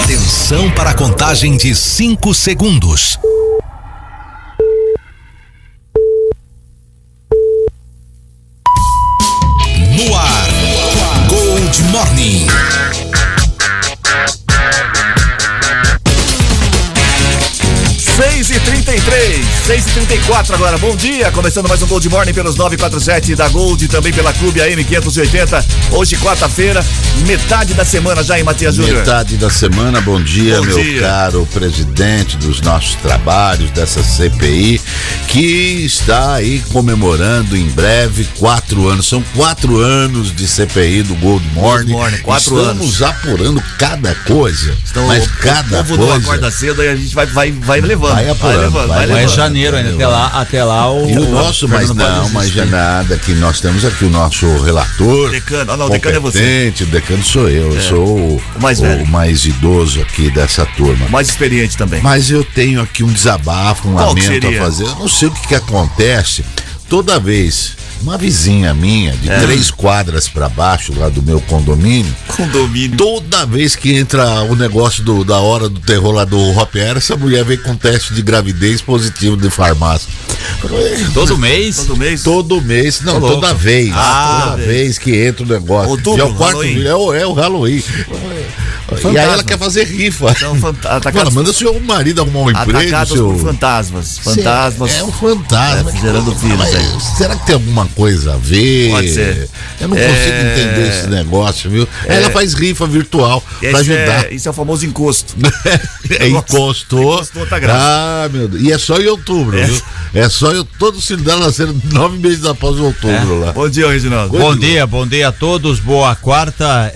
Atenção para a contagem de 5 segundos. No ar, Gold Morning. 6h34 agora, bom dia, começando mais um Gold Morning pelos 947 da Gold e também pela Clube AM 580, hoje quarta-feira, metade da semana já, hein, Matias Júnior? Metade da semana, bom dia, meu caro presidente dos nossos trabalhos, dessa CPI, que está aí comemorando em breve 4 anos, são 4 anos de CPI do Gold Morning, 4 anos. Estamos apurando cada coisa, mas cada coisa... O povo não acorda cedo e a gente vai levando. Vai apurando, vai levando. É janeiro ainda, até lá o... E o nosso, mas já nada, que nós temos aqui o nosso relator, decano. O decano é você. O decano sou eu sou o mais idoso aqui dessa turma. Mais experiente também. Mas eu tenho aqui um desabafo, lamento a fazer. Eu não sei o que acontece toda vez. Uma vizinha minha, de 3 quadras pra baixo, lá do meu condomínio. Toda vez que entra o negócio da hora do terror lá do Ropiera, essa mulher vem com teste de gravidez positivo de farmácia. Todo mês? Todo mês, não, toda vez. Toda vez que entra o negócio. Outubro, é o quarto dia, é o Halloween. E aí ela quer fazer rifa. Fala, manda o seu marido arrumar um emprego. Atacados por fantasmas. É um fantasma. Gerando filhos aí. Será que tem alguma coisa a ver? Pode ser. Eu não consigo entender esse negócio, viu? Ela faz rifa virtual pra ajudar. Isso é o famoso encosto. Encostou. Tá grave. Ah, meu Deus. E é só em outubro, viu? É só todos os filhos dela nasceram 9 meses após o outubro lá. Bom dia, Reginaldo. Bom dia a todos. Boa quarta.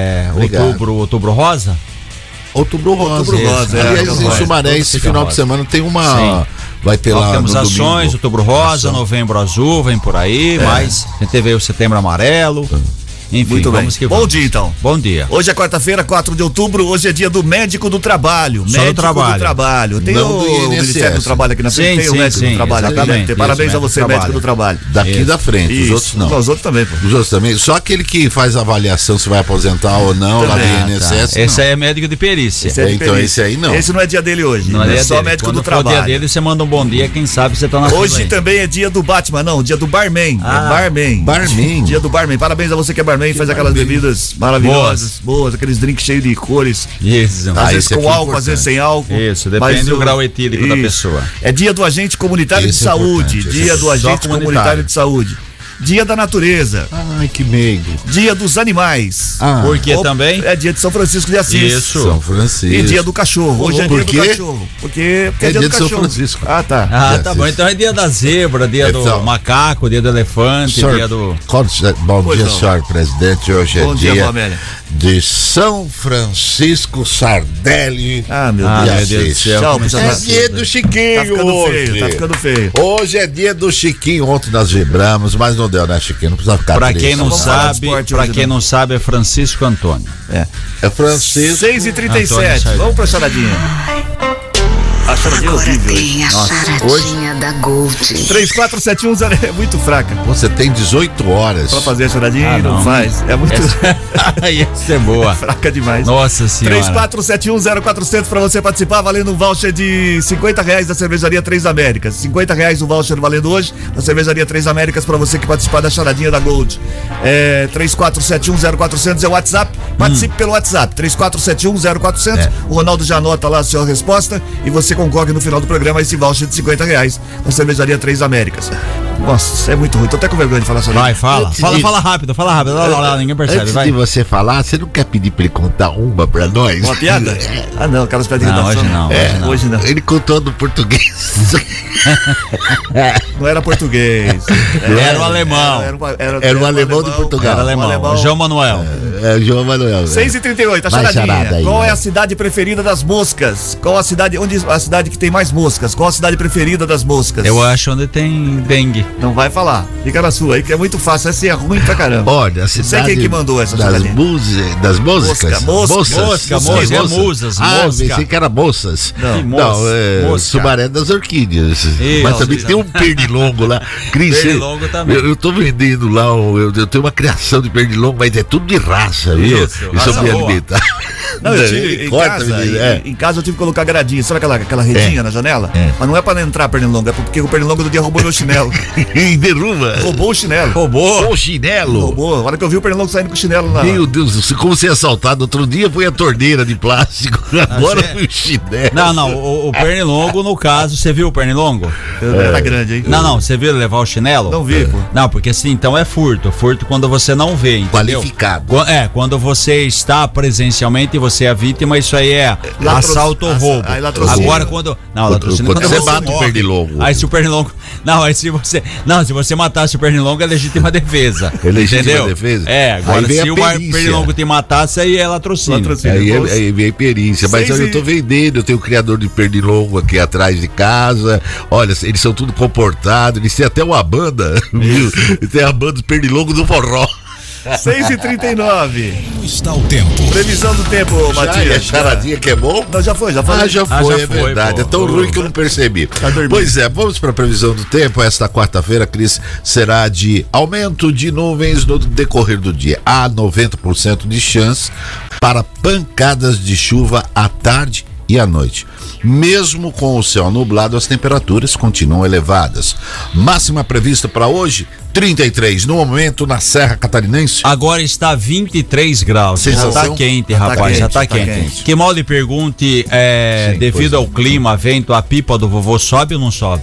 Outubro rosa? Outubro rosa. Aliás, em Sumaré, esse final de semana tem uma... Sim. Vai ter lá temos no ações, domingo. Outubro rosa, novembro azul, vem por aí, mas a gente teve o setembro amarelo. Enfim, muito bem. Bom dia, então. Bom dia. Hoje é quarta-feira, 4 de outubro, hoje é dia do médico do trabalho. Só médico do trabalho. Tem o Ministério do Trabalho aqui na frente, tem o médico do trabalho. Exatamente. Parabéns a você, médico do trabalho. Daqui da frente, os outros não. Os outros também, pô. Os outros também. Só aquele que faz a avaliação se vai aposentar ou não, lá do INSS. Esse aí é médico de perícia. Então esse aí não. Esse não é dia dele hoje. Não é só médico do trabalho. Quando for dia dele, você manda um bom dia, quem sabe você tá na fila. Hoje também é dia do Batman, não, dia do barman. Barman. Dia do barman. Parabéns a você que é barman, faz aquelas bebidas maravilhosas, boas, aqueles drinks cheios de cores. Isso. Às vezes com álcool, às vezes sem álcool. Isso, depende do grau etílico da pessoa. É dia do agente comunitário de saúde. Dia do agente comunitário de saúde. Dia da natureza. Ai, que meigo. Dia dos animais. Por que também? É dia de São Francisco de Assis. Isso. São Francisco. E dia do cachorro. Hoje é dia do cachorro. Porque é dia do cachorro. São Francisco. Tá bom. Então é dia da zebra, dia do macaco, dia do elefante, dia do... Bom dia, senhor presidente. Hoje é dia de São Francisco Sardelli. Meu Deus do céu. É dia do Chiquinho hoje. Tá ficando feio. Hoje é dia do Chiquinho. Ontem nós vibramos, mas não deu, né, Chiquinho? Não precisa ficar triste. Pra quem não sabe, é Francisco Antônio. É Francisco. 6h37. Vamos pra charadinha. A charadinha é horrível. Tem a charadinha da Gold. 3471 é muito fraca. Você tem 18 horas pra fazer a charadinha e não faz. É muito. Essa é boa. Fraca demais. Nossa senhora. 34710400 pra você participar, valendo um voucher de R$50 da Cervejaria Três Américas. R$50 o voucher valendo hoje da Cervejaria Três Américas pra você que participar da charadinha da Gold. 34710400 é o WhatsApp. Participe pelo WhatsApp. 34710400. O Ronaldo já anota lá a sua resposta e você concorre no final do programa a esse voucher de R$50 da Cervejaria Três Américas. Nossa, é muito ruim. Tô até com vergonha de falar sobre isso. Vai, fala rápido. Ninguém percebe. Antes de você falar, você não quer pedir pra ele contar uma pra nós? Uma piada? Não, aquelas piadas de redação. Hoje não. Ele contou do português. Não era português. Era o alemão. Era o alemão de Portugal. Era alemão. João Manuel. João Manuel. 6h38, a charadinha. Qual é a cidade preferida das moscas? Qual a cidade que tem mais moscas? Qual a cidade preferida das moscas? Eu acho onde tem dengue. Não vai falar. Fica na sua aí, que é muito fácil. Essa é ruim pra caramba. Olha, a cidade... Não sei quem que mandou essa das músicas. Musas. Pensei que era moças. Não, Sumaré das Orquídeas. Mas também tem um pernilongo lá. Cris, pernilongo também. Eu tô vendendo lá, eu tenho uma criação de pernilongo, mas é tudo de raça, viu? Isso, eu sou me alimentar. Não, eu tive em casa eu tive que colocar gradinha, sabe aquela redinha na janela? Mas não é pra não entrar pernilongo, é porque o pernilongo do dia roubou meu chinelo. E derruba. Roubou o chinelo. Roubou o chinelo. Roubou. A hora que eu vi o pernilongo saindo com o chinelo lá. Meu Deus, como você é assaltado. Outro dia foi a torneira de plástico, agora foi o chinelo. Não, o pernilongo, no caso, você viu o pernilongo? Era grande, hein? Não, você viu ele levar o chinelo? Não vi, pô. Não, porque assim, então é furto. Furto quando você não vê, entendeu? Qualificado. Quando você está presencialmente e você é a vítima, isso aí é assalto ou roubo. Agora quando... Não, latrocínio quando você bate o pernilongo. Aí se o pernilongo... Não, aí se você matasse o pernilongo é legítima defesa. É legítima defesa? Agora se o pernilongo te matasse, aí é latrocínio. Aí vem perícia. Mas eu tô vendendo, eu tenho um criador de pernilongo aqui atrás de casa. Olha, eles são tudo comportados, eles têm até uma banda, viu? Tem a banda do pernilongo do forró. 6h39. Como está o tempo? Previsão do tempo, Matias. A charadinha que é bom? Não, já foi. Já foi, é verdade. Pô. É tão ruim que eu não percebi. Pois é, vamos para a previsão do tempo. Esta quarta-feira, Cris, será de aumento de nuvens no decorrer do dia. Há 90% de chance para pancadas de chuva à tarde e à noite. Mesmo com o céu nublado, as temperaturas continuam elevadas. Máxima prevista para hoje, 33 no momento na Serra Catarinense. Agora está 23 graus. Já tá quente, rapaz. Já tá quente. Que mal lhe pergunte, devido ao clima, vento, a pipa do vovô sobe ou não sobe?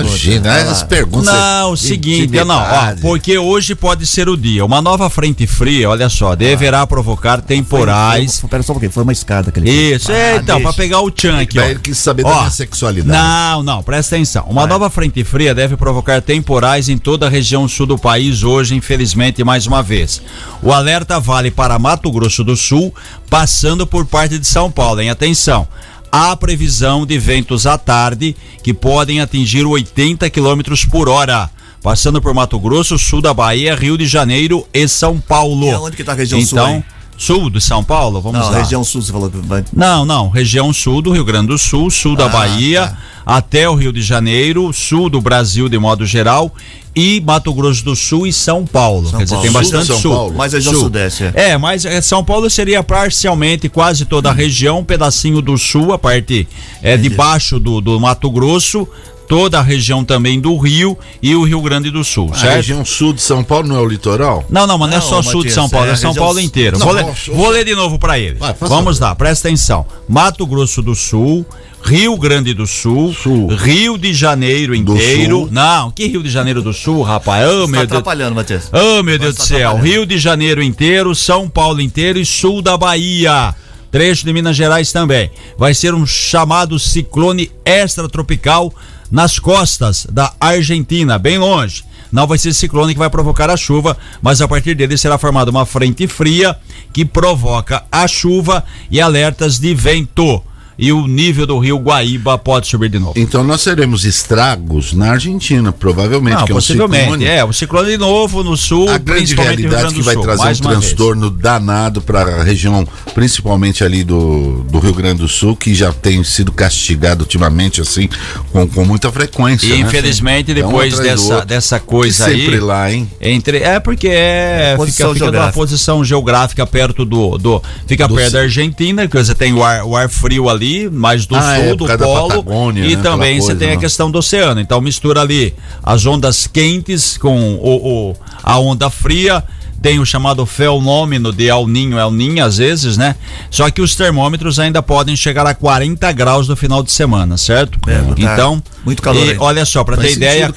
As perguntas. Não, o seguinte, porque hoje pode ser o dia. Uma nova frente fria, olha só, deverá provocar temporais. Pera só um pouquinho, foi uma escada que ele fez. Isso, então, pra pegar o tchan aqui, ó. Ele quis saber da minha sexualidade. Não, presta atenção. Uma nova frente fria deve provocar temporais em toda a região sul do país hoje, infelizmente, mais uma vez. O alerta vale para Mato Grosso do Sul, passando por parte de São Paulo, hein? Atenção. Há previsão de ventos à tarde que podem atingir 80 km por hora. Passando por Mato Grosso, sul da Bahia, Rio de Janeiro e São Paulo. E onde que tá a região sul aí? Sul de São Paulo, vamos lá. Não, região sul você falou que vai... Não, região sul do Rio Grande do Sul, sul da Bahia, até o Rio de Janeiro, sul do Brasil de modo geral, e Mato Grosso do Sul e São Paulo. Quer dizer, tem bastante sul. Mas região sudeste. Mas São Paulo seria parcialmente quase toda a região, um pedacinho do sul, a parte de baixo do Mato Grosso, toda a região também do Rio e o Rio Grande do Sul, certo? A região sul de São Paulo não é o litoral? Não, mas não é só sul de São Paulo, é São Paulo inteiro. Vou ler de novo para ele. Vamos lá, presta atenção. Mato Grosso do Sul, Rio Grande do Sul, Rio de Janeiro inteiro. Não, que Rio de Janeiro do Sul, rapaz? Oh, meu Deus. Tá atrapalhando, Matias. Oh, meu Deus do céu. Rio de Janeiro inteiro, São Paulo inteiro e sul da Bahia. Trecho de Minas Gerais também. Vai ser um chamado ciclone extratropical nas costas da Argentina, bem longe. Não vai ser ciclone que vai provocar a chuva, mas a partir dele será formada uma frente fria que provoca a chuva e alertas de vento. E o nível do rio Guaíba pode subir de novo. Então nós teremos estragos na Argentina, provavelmente. Que possivelmente, o ciclone de novo no sul, a grande realidade que vai trazer um transtorno danado para a região, principalmente ali do Rio Grande do Sul, que já tem sido castigado ultimamente, assim, com muita frequência. E infelizmente, depois dessa coisa aí. Sempre lá, hein? Porque fica numa posição geográfica perto fica perto da Argentina, que você tem o ar frio ali, mais do sul, do polo, e também você tem a questão do oceano. Então mistura ali as ondas quentes com a onda fria. Tem o chamado fenômeno de El Niño, às vezes, né? Só que os termômetros ainda podem chegar a 40 graus no final de semana, certo? Então, muito calor. Olha só, para ter ideia,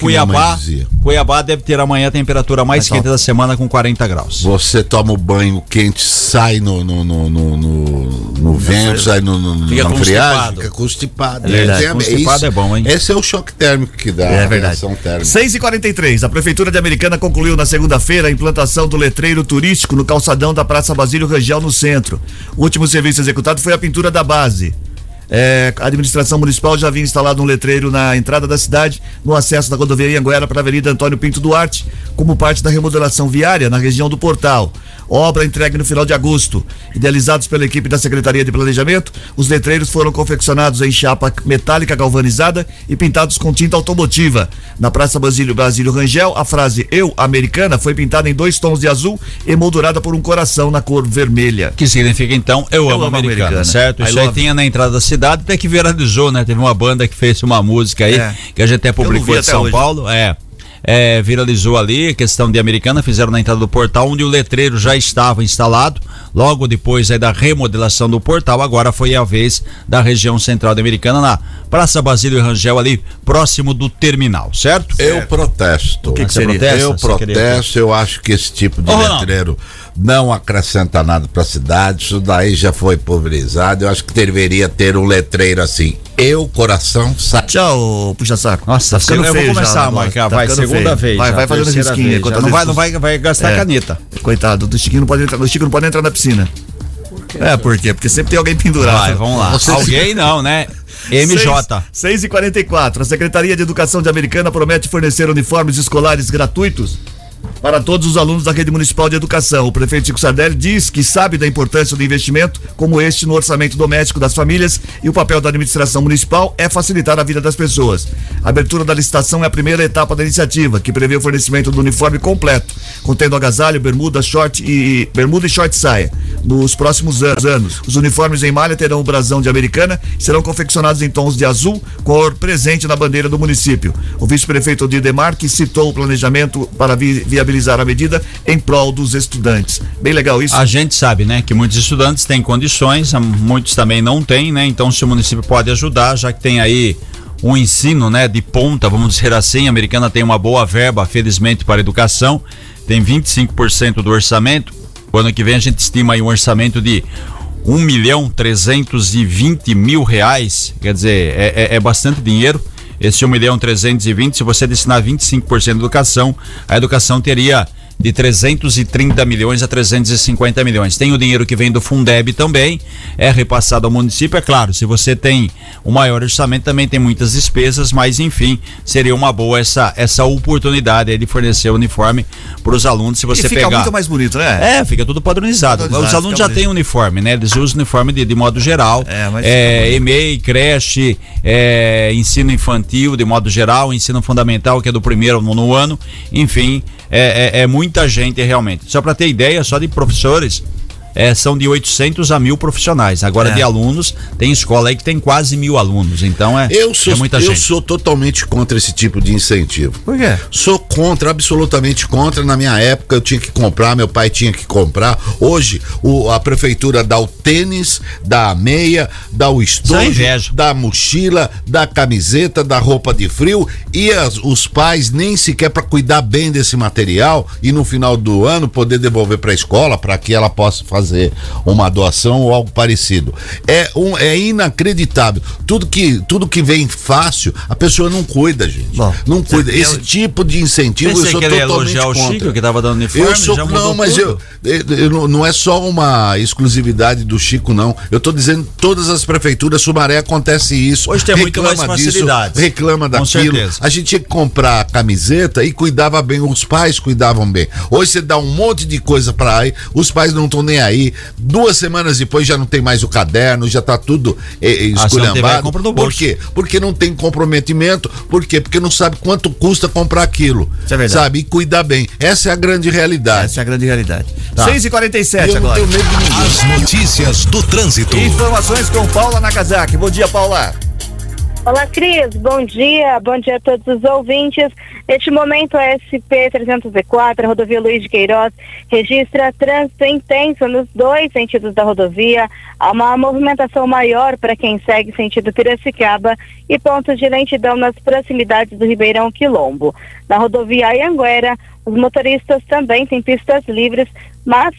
Cuiabá deve ter amanhã a temperatura mais quente da semana com 40 graus. Você toma o banho quente, sai no vento, sai na friagem, fica constipado. Constipado é bom, hein? Esse é o choque térmico que dá. É verdade. 6h43, a Prefeitura de Americana concluiu na segunda-feira a implantação do letreiro turístico no calçadão da Praça Basílio Rangel, no centro. O último serviço executado foi a pintura da base. A administração municipal já havia instalado um letreiro na entrada da cidade, no acesso da rodovia Anhanguera para a Avenida Antônio Pinto Duarte, como parte da remodelação viária na região do Portal. Obra entregue no final de agosto. Idealizados pela equipe da Secretaria de Planejamento, os letreiros foram confeccionados em chapa metálica galvanizada e pintados com tinta automotiva. Na Praça Basílio Rangel, a frase "Eu, Americana" foi pintada em 2 tons de azul e moldurada por um coração na cor vermelha. Que significa então Eu amo Americana, certo? Isso aí tinha na entrada da cidade, até que viralizou, né? Teve uma banda que fez uma música aí, que a gente até publicou de São Paulo. Viralizou ali, a questão de Americana, fizeram na entrada do Portal, onde o letreiro já estava instalado, logo depois aí da remodelação do Portal. Agora foi a vez da região central da Americana, na Praça Basílio Rangel, ali próximo do terminal, certo? Eu protesto. O que seria? Eu protesto, eu acho que esse tipo de letreiro não acrescenta nada para a cidade, isso daí já foi pulverizado. Eu acho que deveria ter um letreiro assim: Eu, coração, saco. Tchau, puxa saco. Nossa, eu vou começar a marcar, vai, segunda vez. Vai fazendo risquinha. Vai gastar caneta. Coitado, do Chiquinho não pode entrar, entrar na piscina. Por quê? Porque sempre tem alguém pendurado. Vai, vamos lá. Alguém não, né? MJ. 6h44, a Secretaria de Educação de Americana promete fornecer uniformes escolares gratuitos para todos os alunos da Rede Municipal de Educação. O prefeito Chico Sardelli diz que sabe da importância do investimento como este no orçamento doméstico das famílias, e o papel da administração municipal é facilitar a vida das pessoas. A abertura da licitação é a primeira etapa da iniciativa, que prevê o fornecimento do uniforme completo, contendo agasalho, bermuda, short e saia, nos próximos anos. Os uniformes em malha terão o brasão de Americana e serão confeccionados em tons de azul, cor presente na bandeira do município. O vice-prefeito Odir Demar, que citou o planejamento para viabilizar a medida em prol dos estudantes. Bem legal isso. A gente sabe, né, que muitos estudantes têm condições, muitos também não têm, né? Então, se o município pode ajudar, já que tem aí um ensino, né, de ponta, vamos dizer assim, a Americana tem uma boa verba, felizmente, para a educação, tem 25% do orçamento. O ano que vem a gente estima aí um orçamento de R$1.320.000, quer dizer, é bastante dinheiro. Esse 1.320.000, se você destinar 25% da educação, a educação teria de 330 milhões a 350 milhões. Tem o dinheiro que vem do Fundeb também, é repassado ao município. É claro, se você tem o maior orçamento, também tem muitas despesas, mas enfim, seria uma boa essa oportunidade aí de fornecer o uniforme para os alunos. Se você fica muito mais bonito, né? Fica tudo padronizado. Os alunos já têm uniforme, né? Eles usam uniforme de modo geral. EMEI, creche, ensino infantil de modo geral, ensino fundamental, que é do 1º ao 9º ano, enfim, muita gente realmente. Só para ter ideia, só de professores, são de 800 a 1.000 profissionais. Agora de alunos, tem escola aí que tem quase 1.000 alunos. Então é muita gente. Eu sou totalmente contra esse tipo de incentivo. Por quê? Sou contra, absolutamente contra. Na minha época eu tinha que comprar, meu pai tinha que comprar. Hoje a prefeitura dá o tênis, dá a meia, dá o estojo, dá a mochila, dá a camiseta, dá a roupa de frio, e os pais nem sequer para cuidar bem desse material e no final do ano poder devolver para a escola para que ela possa fazer uma doação ou algo parecido. É inacreditável. Tudo que vem fácil, a pessoa não cuida, gente. Não cuida. Esse tipo de incentivo eu sou totalmente contra. O Chico, que tava dando uniforme, não é só uma exclusividade do Chico, não. Eu tô dizendo, todas as prefeituras, Sumaré, acontece isso. Hoje tem muito mais facilidades. Reclama daquilo. A gente tinha que comprar camiseta e cuidava bem, os pais cuidavam bem. Hoje você dá um monte de coisa para aí, os pais não estão nem aí. 2 semanas depois já não tem mais o caderno, já tá tudo esculhambado. Por quê? Porque não tem comprometimento. Por quê? Porque não sabe quanto custa comprar aquilo. Isso é verdade. Sabe? E cuidar bem. Essa é a grande realidade. 6h47 agora. As notícias do trânsito. Informações com Paula Nakazaki. Bom dia, Paula. Olá, Cris, bom dia a todos os ouvintes. Neste momento, a SP-304, a rodovia Luiz de Queiroz, registra trânsito intenso nos 2 sentidos da rodovia. Há uma movimentação maior para quem segue sentido Piracicaba e pontos de lentidão nas proximidades do Ribeirão Quilombo. Na rodovia Anhanguera, os motoristas também têm pistas livres, mas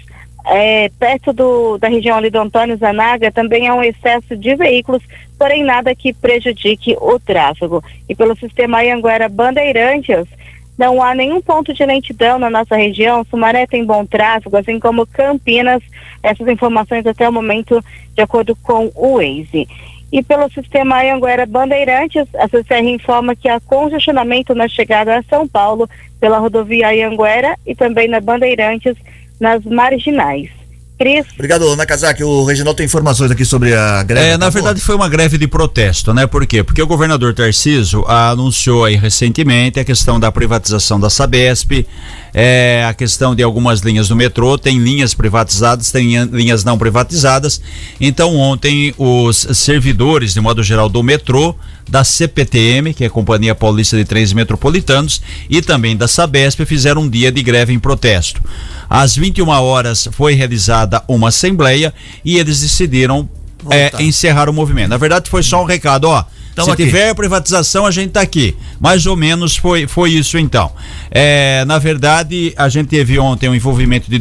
perto da região ali do Antônio Zanaga também há um excesso de veículos, porém nada que prejudique o tráfego. E pelo sistema Anhanguera Bandeirantes, não há nenhum ponto de lentidão na nossa região. Sumaré tem bom tráfego, assim como Campinas. Essas informações até o momento, de acordo com o Waze. E pelo sistema Anhanguera Bandeirantes, a CCR informa que há congestionamento na chegada a São Paulo pela rodovia Anhanguera e também na Bandeirantes, nas marginais. Cris. Obrigado, Nakazaki. O Reginaldo tem informações aqui sobre a greve. Na verdade foi uma greve de protesto, né? Por quê? Porque o governador Tarcísio anunciou aí recentemente a questão da privatização da Sabesp, a questão de algumas linhas do metrô, tem linhas privatizadas, tem linhas não privatizadas. Então ontem os servidores, de modo geral, do metrô, da CPTM, que é a Companhia Paulista de Trens Metropolitanos, e também da Sabesp, fizeram um dia de greve em protesto. Às 21 horas foi realizada uma assembleia e eles decidiram encerrar o movimento. Na verdade foi só um recado, se tiver privatização a gente tá aqui. Mais ou menos foi isso então. Na verdade a gente teve ontem um envolvimento de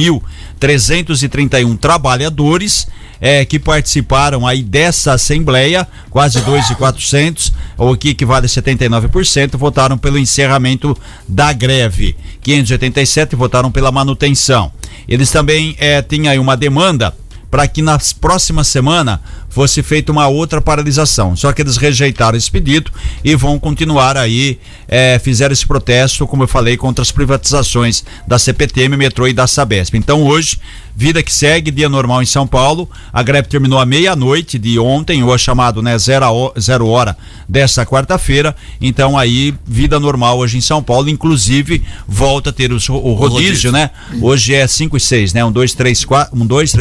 2.331 trabalhadores que participaram aí dessa assembleia, quase 2.400, o que equivale a 79%, votaram pelo encerramento da greve. 587 votaram pela manutenção. Eles também tinham aí uma demanda para que na próxima semana fosse feita uma outra paralisação, só que eles rejeitaram esse pedido e vão continuar aí, fizeram esse protesto, como eu falei, contra as privatizações da CPTM, metrô e da Sabesp. Então hoje, vida que segue, dia normal em São Paulo, a greve terminou à meia-noite de ontem, ou chamado, zero hora dessa quarta-feira. Então aí, vida normal hoje em São Paulo, inclusive volta a ter o rodízio, né? Hoje é 5 e 6, né? 1, 2, 3, 4,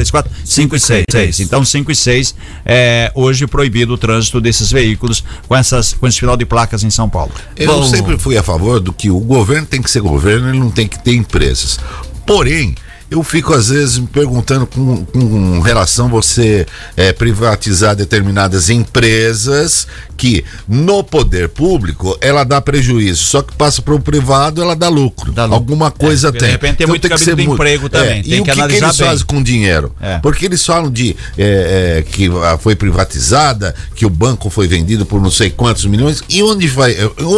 5 e 6. Então 5 e 6, hoje proibido o trânsito desses veículos com esse final de placas em São Paulo. Eu sempre fui a favor do que o governo tem que ser governo, ele não tem que ter empresas. Porém, eu fico às vezes me perguntando com relação a você privatizar determinadas empresas que no poder público ela dá prejuízo, só que passa para o privado ela dá lucro. Alguma coisa tem. De repente tem muito cabelo de emprego também. Tem e que analisar que eles fazem com dinheiro? Porque eles falam de que foi privatizada, que o banco foi vendido por não sei quantos milhões. E onde foi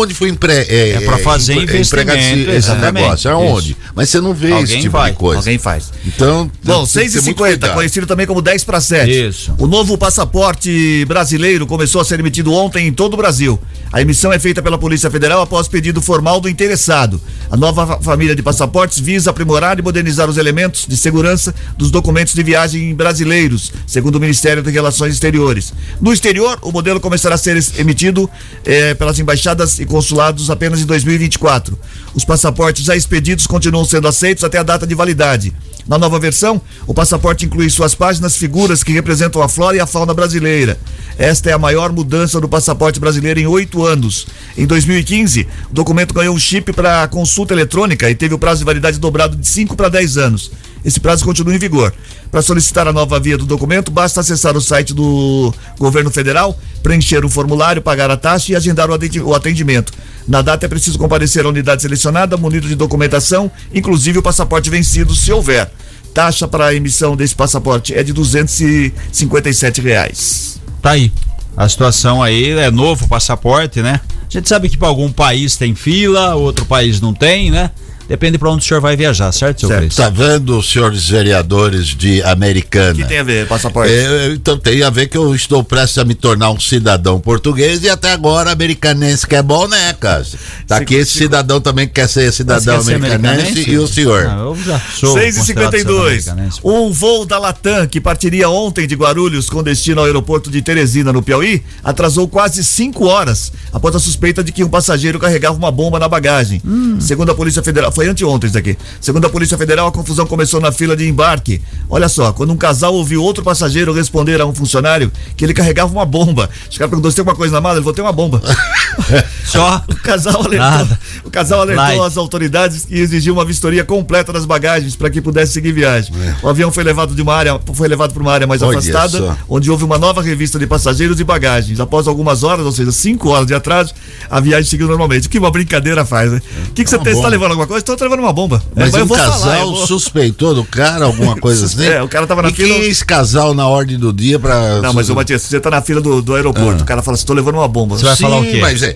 para fazer investimento esse negócio? Aonde? Mas você não vê esse tipo de coisa. Alguém faz. Então, bom, 6h50, conhecido também como 10 para 7. Isso. O novo passaporte brasileiro começou a ser emitido ontem em todo o Brasil. A emissão é feita pela Polícia Federal após pedido formal do interessado. A nova família de passaportes visa aprimorar e modernizar os elementos de segurança dos documentos de viagem brasileiros, segundo o Ministério de Relações Exteriores. No exterior, o modelo começará a ser emitido pelas embaixadas e consulados apenas em 2024. Os passaportes já expedidos continuam sendo aceitos até a data de validade. Na nova versão, o passaporte inclui em suas páginas figuras que representam a flora e a fauna brasileira. Esta é a maior mudança do passaporte brasileiro em 8 anos. Em 2015, o documento ganhou um chip para consulta eletrônica e teve o prazo de validade dobrado de 5 para 10 anos. Esse prazo continua em vigor. Para solicitar a nova via do documento, basta acessar o site do governo federal, preencher um formulário, pagar a taxa e agendar o atendimento. Na data é preciso comparecer à unidade selecionada, munido de documentação, inclusive o passaporte vencido, se houver. Taxa para a emissão desse passaporte é de R$257. Tá aí. A situação aí é novo passaporte, né? A gente sabe que para algum país tem fila, outro país não tem, né? Depende para onde o senhor vai viajar, certo, seu Cris? Tá vendo, senhores vereadores de Americana? O que tem a ver, passaporte? Então tem a ver que eu estou prestes a me tornar um cidadão português e até agora americanense, que é bom, né, Cássio? Tá aqui esse cidadão também que quer ser cidadão americanense e o senhor? Eu já sou. 6h52. Um voo da Latam que partiria ontem de Guarulhos com destino ao aeroporto de Teresina, no Piauí, atrasou quase 5 horas após a suspeita de que um passageiro carregava uma bomba na bagagem. Segundo a Polícia Federal, foi anteontem isso daqui. Segundo a Polícia Federal, a confusão começou na fila de embarque. Olha só, quando um casal ouviu outro passageiro responder a um funcionário que ele carregava uma bomba. Os caras perguntou se tem alguma coisa na mala, ele falou, tem uma bomba. Só? O casal alertou as autoridades e exigiu uma vistoria completa das bagagens para que pudesse seguir viagem. O avião foi levado para uma área mais afastada, onde houve uma nova revista de passageiros e bagagens. Após algumas horas, ou seja, 5 horas de atraso, a viagem seguiu normalmente. Que uma brincadeira faz, né? O que você está levando alguma coisa? tô levando uma bomba. Mas um casal suspeitou do cara, alguma coisa assim? O cara tava na fila. E quem é esse casal na ordem do dia pra... Não, mas, ô Matias, você tá na fila do aeroporto, o cara fala assim, tô levando uma bomba. Você vai falar o quê? Mas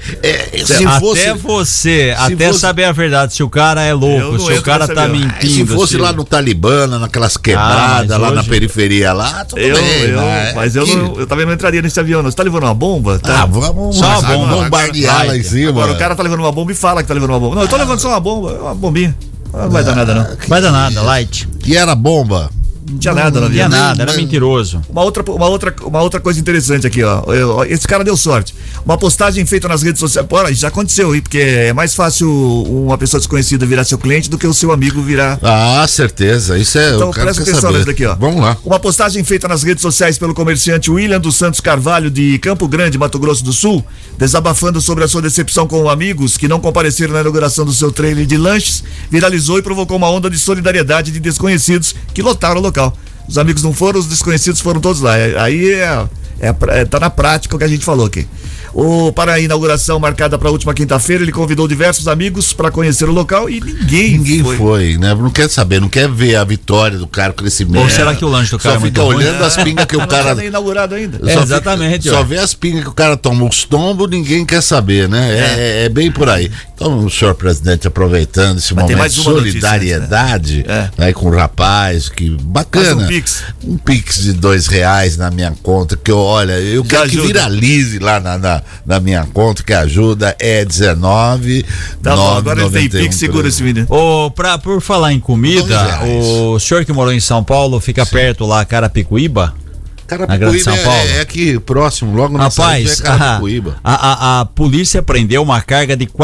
até saber a verdade, se o cara é louco, se o cara tá mentindo. Se fosse lá no Talibã, naquelas quebradas, lá na periferia, lá, tudo bem. Mas eu também não entraria nesse avião, não. Você tá levando uma bomba? Tá? Vamos bombardear lá em cima. Agora o cara tá levando uma bomba e fala que tá levando uma bomba. Não, eu tô levando só uma bomba, uma bombinha. Não vai dar nada, não. Vai dar nada, light. E era bomba? Não tinha nada, não tinha nada, era mentiroso. Uma outra coisa interessante aqui, ó. Esse cara deu sorte. Uma postagem feita nas redes sociais. Pô, já aconteceu aí, porque é mais fácil uma pessoa desconhecida virar seu cliente do que o seu amigo virar. Ah, certeza. Isso é. Então presta atenção nisso daqui, ó. Vamos lá. Uma postagem feita nas redes sociais pelo comerciante William dos Santos Carvalho, de Campo Grande, Mato Grosso do Sul, desabafando sobre a sua decepção com amigos que não compareceram na inauguração do seu trailer de lanches, viralizou e provocou uma onda de solidariedade de desconhecidos que lotaram o local. Os amigos não foram, os desconhecidos foram todos lá. Aí tá na prática o que a gente falou aqui. Para a inauguração marcada para a última quinta-feira, ele convidou diversos amigos para conhecer o local e ninguém foi, né? Não quer saber, não quer ver a vitória do cara, o crescimento. Ou será que o lanche do cara só fica olhando as pingas que o cara... Não tá nem inaugurado ainda. Exatamente. Só vê as pingas que o cara toma, os tombos, ninguém quer saber, né? É bem por aí. Então, o senhor presidente, aproveitando esse momento de solidariedade, né? Com o rapaz, que bacana. Um pix de R$2 na minha conta, que eu quero que viralize lá na minha conta, que ajuda é 19. Tá bom, agora ele tem pix, segura esse vídeo. Por falar em comida, o senhor que morou em São Paulo, fica perto lá, Carapicuíba? Carapicuíba é aqui próximo, logo na saída é Carapicuíba. A polícia prendeu uma carga de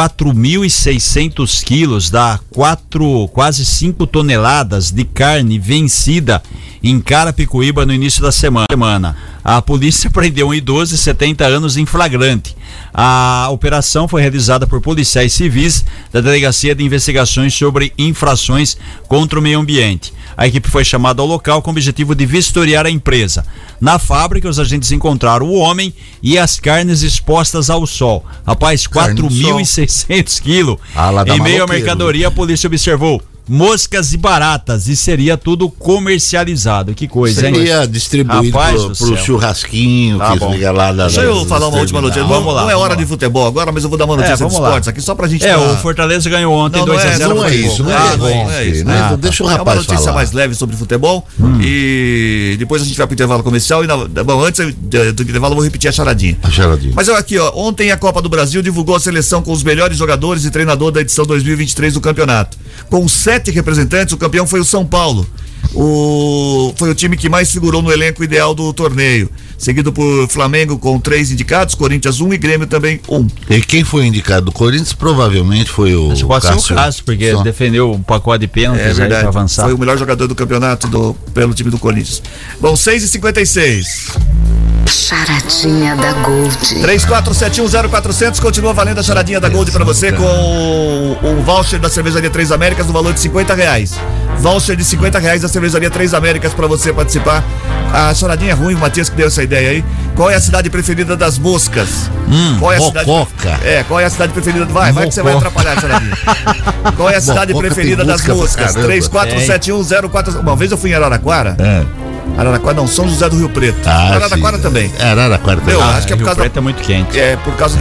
4.600 quilos, dá quase 5 toneladas de carne vencida em Carapicuíba no início da semana. A polícia prendeu um idoso de 70 anos em flagrante. A operação foi realizada por policiais civis da Delegacia de Investigações sobre Infrações contra o Meio Ambiente. A equipe foi chamada ao local com o objetivo de vistoriar a empresa. Na fábrica, os agentes encontraram o homem e as carnes expostas ao sol. Rapaz, 4.600 quilos. Em meio à mercadoria, a polícia observou moscas e baratas, e seria tudo comercializado. Que coisa, hein? Seria distribuído pro churrasquinho, que liga lá. Deixa eu falar uma última notícia. Vamos lá. Não é hora de futebol agora, mas eu vou dar uma notícia de esportes aqui só pra gente... o Fortaleza ganhou ontem 2-0. Não é isso, não é isso. Deixa o rapaz falar. É uma notícia mais leve sobre futebol e depois a gente vai pro intervalo comercial antes do intervalo eu vou repetir a charadinha. Mas aqui, ontem a Copa do Brasil divulgou a seleção com os melhores jogadores e treinador da edição 2023 do campeonato. Com 7 representantes, o campeão foi o São Paulo. Foi o time que mais figurou no elenco ideal do torneio, seguido por Flamengo com 3 indicados, Corinthians 1 e Grêmio também 1. E quem foi indicado do Corinthians provavelmente foi o Cássio, porque defendeu um pacote de pênaltis para avançar. Foi o melhor jogador do campeonato pelo time do Corinthians. Bom, 6h56. Charadinha da Gold. 34710400, continua valendo a charadinha da Gold pra você com o voucher da Cervejaria Três Américas no valor de R$50. Voucher de R$50 da Cervejaria Três Américas pra você participar. A charadinha é ruim, o Matias que deu essa ideia aí. Qual é a cidade preferida das moscas? Qual é a cidade? Qual é a cidade preferida? Vai que você vai atrapalhar a charadinha. Qual é a cidade preferida das moscas? 34710400. Uma vez eu fui em Araraquara. Araraquara não, São José do Rio Preto. Araraquara também. Araraquara também. Acho que é por causa Rio Preto é muito quente. É por causa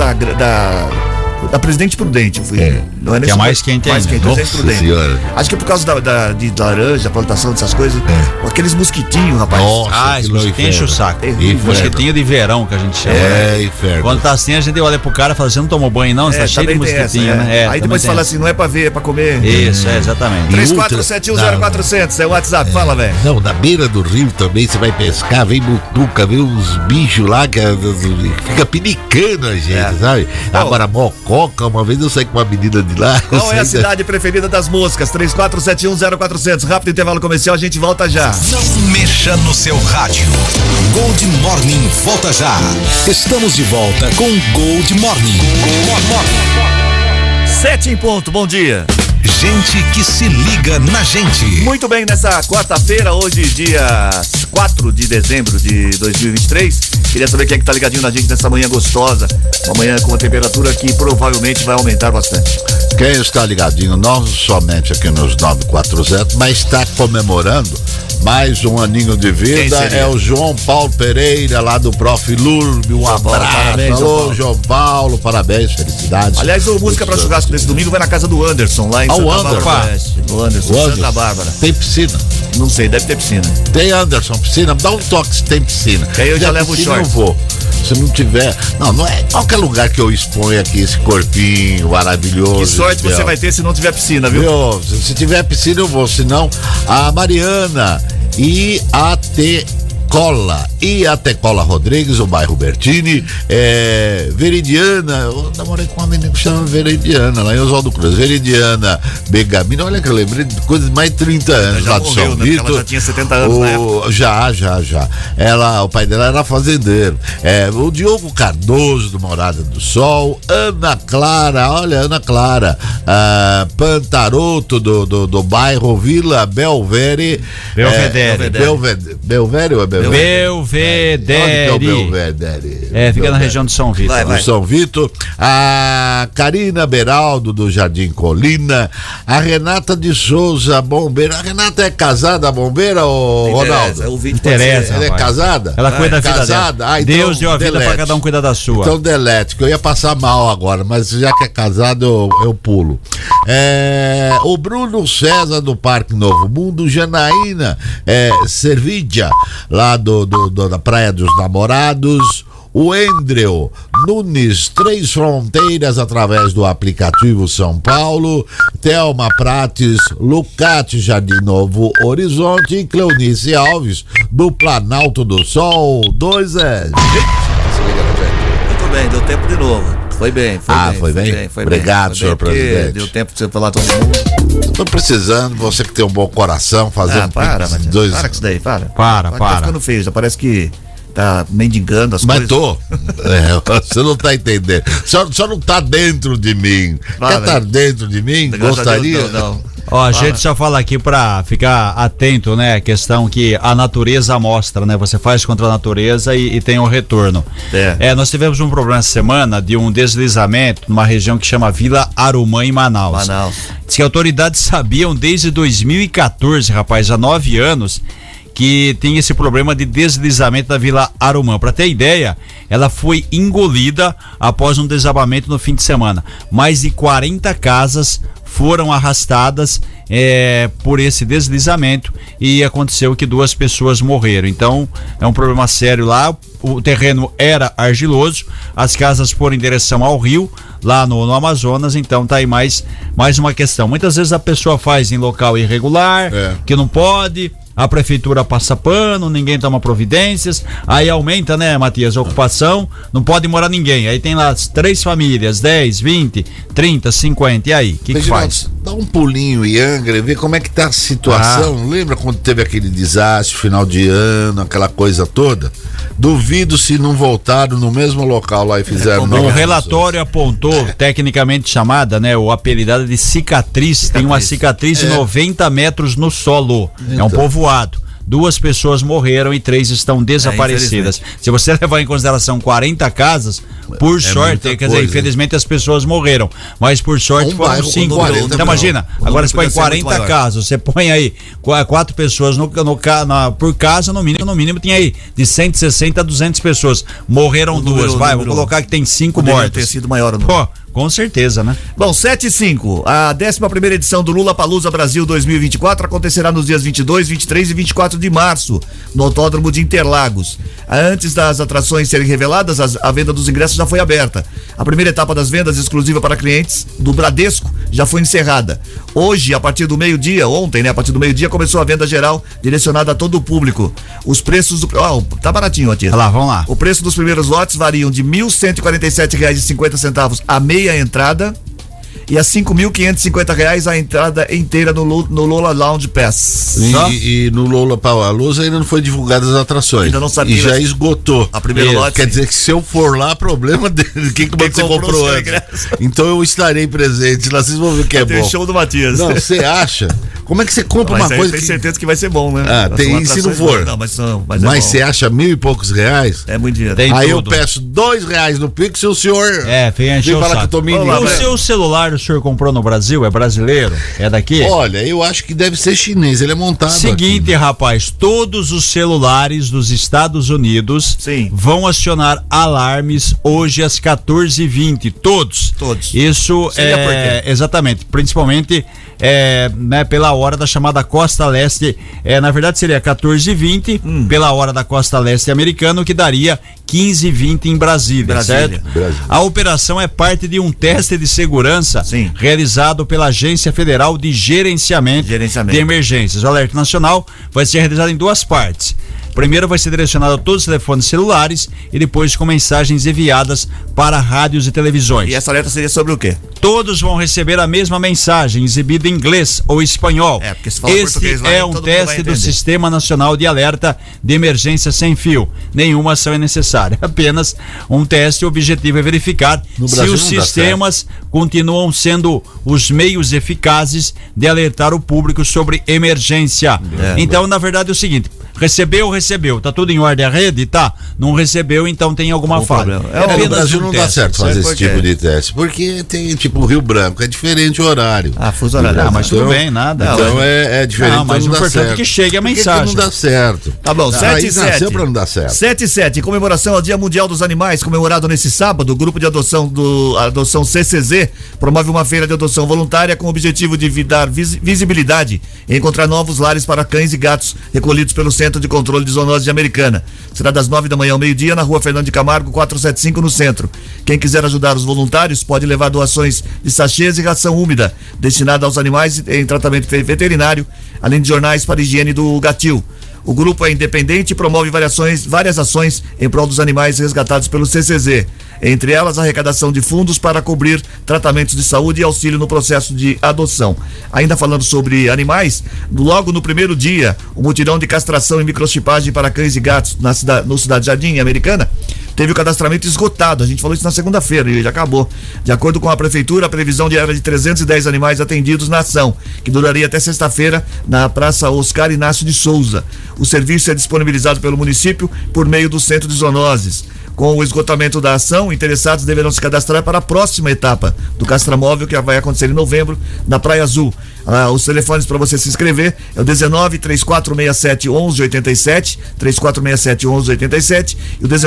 da Presidente Prudente. Não é que é mais quente ainda. Presidente Prudente. Acho que é por causa de laranja, plantação dessas coisas. Aqueles mosquitinhos, rapaz. Nossa, esse mosquitinho enche o saco. Mosquitinho de verão que a gente chama. Inferno. Quando tá assim, a gente olha pro cara e fala, você não tomou banho não? Você tá cheio de mosquitinho, né? Aí depois fala assim, não é pra ver, é pra comer. Isso, exatamente. 34710400 é o WhatsApp, fala, velho. Não, na beira do rio também você vai pescar, vem butuca, vem uns bichos lá que fica pinicando a gente, sabe? Agora, mococa, uma vez eu saí com uma menina de lá. Qual é a cidade preferida das moscas? 34710400. Rápido intervalo comercial, a gente volta já. Não mexa no seu rádio. Gold Morning volta já. Estamos de volta com Gold Morning. 7 em ponto, bom dia. Gente que se liga na gente. Muito bem, nessa quarta-feira, hoje, dia 4 de dezembro de 2023. Queria saber quem é que tá ligadinho na gente nessa manhã gostosa. Uma manhã com uma temperatura que provavelmente vai aumentar bastante. Quem está ligadinho, não somente aqui nos 940, mas está comemorando mais um aninho de vida, é o João Paulo Pereira, lá do Prof. Lurbe. Um abraço. Parabéns, alô, João Paulo, parabéns, felicidades. Aliás, o Música para Churrasco desse domingo vai na casa do Anderson, lá em Santa Bárbara. O Anderson, Santa Bárbara. Tem piscina? Não sei, deve ter piscina. Tem, Anderson, piscina? Dá um toque se tem piscina. Que aí eu já levo o short. Eu vou. Se não tiver, não é qualquer lugar que eu exponho aqui esse corpinho maravilhoso. Que sorte você vai ter se não tiver piscina, viu? Se tiver piscina eu vou, senão a Mariana e a Tecola Rodrigues, o bairro Bertini, Veridiana, eu namorei com uma menina que chama Veridiana, lá em Oswaldo Cruz, Veridiana Begamina, olha que eu lembrei de coisas de mais de 30 anos, lá do São Vitor. Ela já tinha 70 anos na época. Já. O pai dela era fazendeiro. O Diogo Cardoso, do Morada do Sol, Ana Clara, Pantaroto, do bairro Vila Belvedere. Belvedere ou é Belvedere? Belvedere. Onde que é o Belvedere? Fica na região de São Vitor. Do São Vitor. A Karina Beraldo, do Jardim Colina. A Renata de Souza, bombeira. A Renata é casada, bombeira, ou Ronaldo? Tereza. Ela é casada? Ela cuida da vida dela. Deus deu a vida pra cada um cuidar da sua. Então delete, que eu ia passar mal agora, mas já que é casado, eu pulo. O Bruno César, do Parque Novo Mundo. Janaína Servidia, lá da Praia dos Namorados. O Endrel Nunes, Três Fronteiras, através do aplicativo São Paulo. Thelma Prates, Lucati, Jardim Novo Horizonte. E Cleonice Alves, do Planalto do Sol. 2 Muito bem, deu tempo de novo. Foi bem. Obrigado, senhor presidente. Deu tempo de você falar todo mundo. Tô precisando, você que tem um bom coração, fazer para com isso daí, para. Tá ficando feio, já parece que tá mendigando as coisas. Mas tô. Você não tá entendendo. Só não tá dentro de mim. Quer estar dentro de mim? Gostaria? Não. A gente só fala aqui pra ficar atento, né? A questão que a natureza mostra, né? Você faz contra a natureza e tem um retorno. Nós tivemos um problema essa semana de um deslizamento numa região que chama Vila Arumã, em Manaus. Diz que autoridades sabiam desde 2014, rapaz, há 9 anos, que tem esse problema de deslizamento da Vila Arumã. Para ter ideia, ela foi engolida após um desabamento no fim de semana. Mais de 40 casas foram arrastadas por esse deslizamento e aconteceu que 2 pessoas morreram. Então é um problema sério lá. O terreno era argiloso, as casas foram em direção ao rio, lá no Amazonas. Então tá aí mais uma questão. Muitas vezes a pessoa faz em local irregular, que não pode. A prefeitura passa pano, ninguém toma providências, aí aumenta, né, Matias, a ocupação, não pode morar ninguém, aí tem lá as 3 famílias, 10, 20, 30, 50, e aí, o que faz? Dá um pulinho em Angra, vê como é que tá a situação. Lembra quando teve aquele desastre, final de ano, aquela coisa toda? Duvido se não voltaram no mesmo local lá e fizeram. O relatório apontou, tecnicamente chamada, né, o apelidado de cicatriz. Tem uma cicatriz de 90 metros no solo. É um povoado. 2 pessoas morreram e 3 estão desaparecidas. Se você levar em consideração 40 casas, por sorte, quer dizer, infelizmente as pessoas morreram, mas por sorte foram 5. Então imagina, agora você põe 40 casas, você põe aí 4 pessoas por casa, no mínimo tem aí de 160 a 200 pessoas. Morreram 2, vamos colocar que tem 5 mortes. Ter sido maior o número. Com certeza, né? Bom, 7:05. A 11ª edição do Lollapalooza Brasil 2024 acontecerá nos dias 22, 23 e 24 de março, no Autódromo de Interlagos. Antes das atrações serem reveladas, a venda dos ingressos já foi aberta. A primeira etapa das vendas, exclusiva para clientes do Bradesco, já foi encerrada. Hoje, a partir do meio-dia, ontem, né? A partir do meio-dia começou a venda geral, direcionada a todo o público. Os preços tá baratinho, Matias. Vamos lá. O preço dos primeiros lotes variam de R$ 1.147,50 a meia entrada e a R$5.550 a entrada inteira no Lola Lounge Pass. E no Lola Palusa ainda não foi divulgadas as atrações. Ainda não sabia. E já esgotou. A primeira lote. Quer dizer que se eu for lá, problema dele. Quem você comprou antes? Então eu estarei presente lá, vocês vão ver o que é bom. Tem o show do Matias. Não, você acha? Como é que você compra uma coisa tem certeza que vai ser bom, né? Tem, se não for. Não, mas você acha R$1.000 e poucos? É muito dinheiro. Aí eu peço R$2 no Pix e o senhor vem falar que eu tô mentindo. O seu celular o senhor comprou no Brasil? É brasileiro? É daqui? Olha, eu acho que deve ser chinês, ele é montado Seguinte, aqui. Rapaz, todos os celulares dos Estados Unidos vão acionar alarmes hoje às 14h20, todos. Isso exatamente, principalmente pela hora da chamada Costa Leste, na verdade seria 14h20 pela hora da Costa Leste americana, o que daria 15h20 em Brasília, certo? A operação é parte de um teste de segurança realizado pela Agência Federal de Gerenciamento de Emergências. O alerta nacional vai ser realizado em duas partes. Primeiro vai ser direcionado a todos os telefones celulares e depois com mensagens enviadas para rádios e televisões. E essa alerta seria sobre o quê? Todos vão receber a mesma mensagem, exibida em inglês ou espanhol. Porque se fala português lá, um teste do Sistema Nacional de Alerta de Emergência Sem Fio. Nenhuma ação é necessária, apenas um teste. O objetivo é verificar se os sistemas continuam sendo os meios eficazes de alertar o público sobre emergência. Então, na verdade, é o seguinte: recebeu, tá tudo em ordem a rede? Tá. Não recebeu, então tem alguma falha. No Brasil não dá certo fazer esse tipo de teste, porque tem tipo Rio Branco, é diferente o horário. Fuso horário. Mas tudo bem, nada. Então é diferente. Não, mas o importante é que chegue a mensagem. Não dá certo. Tá bom, 7-7. Pra não dar certo. 7-7, em comemoração ao Dia Mundial dos Animais, comemorado nesse sábado, o grupo de adoção Adoção CCZ promove uma feira de adoção voluntária com o objetivo de dar visibilidade e encontrar novos lares para cães e gatos recolhidos pelo Centro de Controle de Zoonoses de Americana. Será das 9 da manhã ao meio-dia na Rua Fernando de Camargo, 475, no centro. Quem quiser ajudar os voluntários pode levar doações de sachês e ração úmida destinada aos animais em tratamento veterinário, além de jornais para higiene do gatil. O grupo é independente e promove várias ações em prol dos animais resgatados pelo CCZ. Entre elas, a arrecadação de fundos para cobrir tratamentos de saúde e auxílio no processo de adoção. Ainda falando sobre animais, logo no primeiro dia, o mutirão de castração e microchipagem para cães e gatos no Cidade Jardim, Americana, teve o cadastramento esgotado. A gente falou isso na segunda-feira e já acabou. De acordo com a prefeitura, a previsão era de 310 animais atendidos na ação, que duraria até sexta-feira na Praça Oscar Inácio de Souza. O serviço é disponibilizado pelo município por meio do Centro de Zoonoses. Com o esgotamento da ação, interessados deverão se cadastrar para a próxima etapa do castramóvel, que vai acontecer em novembro, na Praia Azul. Os telefones para você se inscrever é o 19-3467-1187, 3467-1187 e o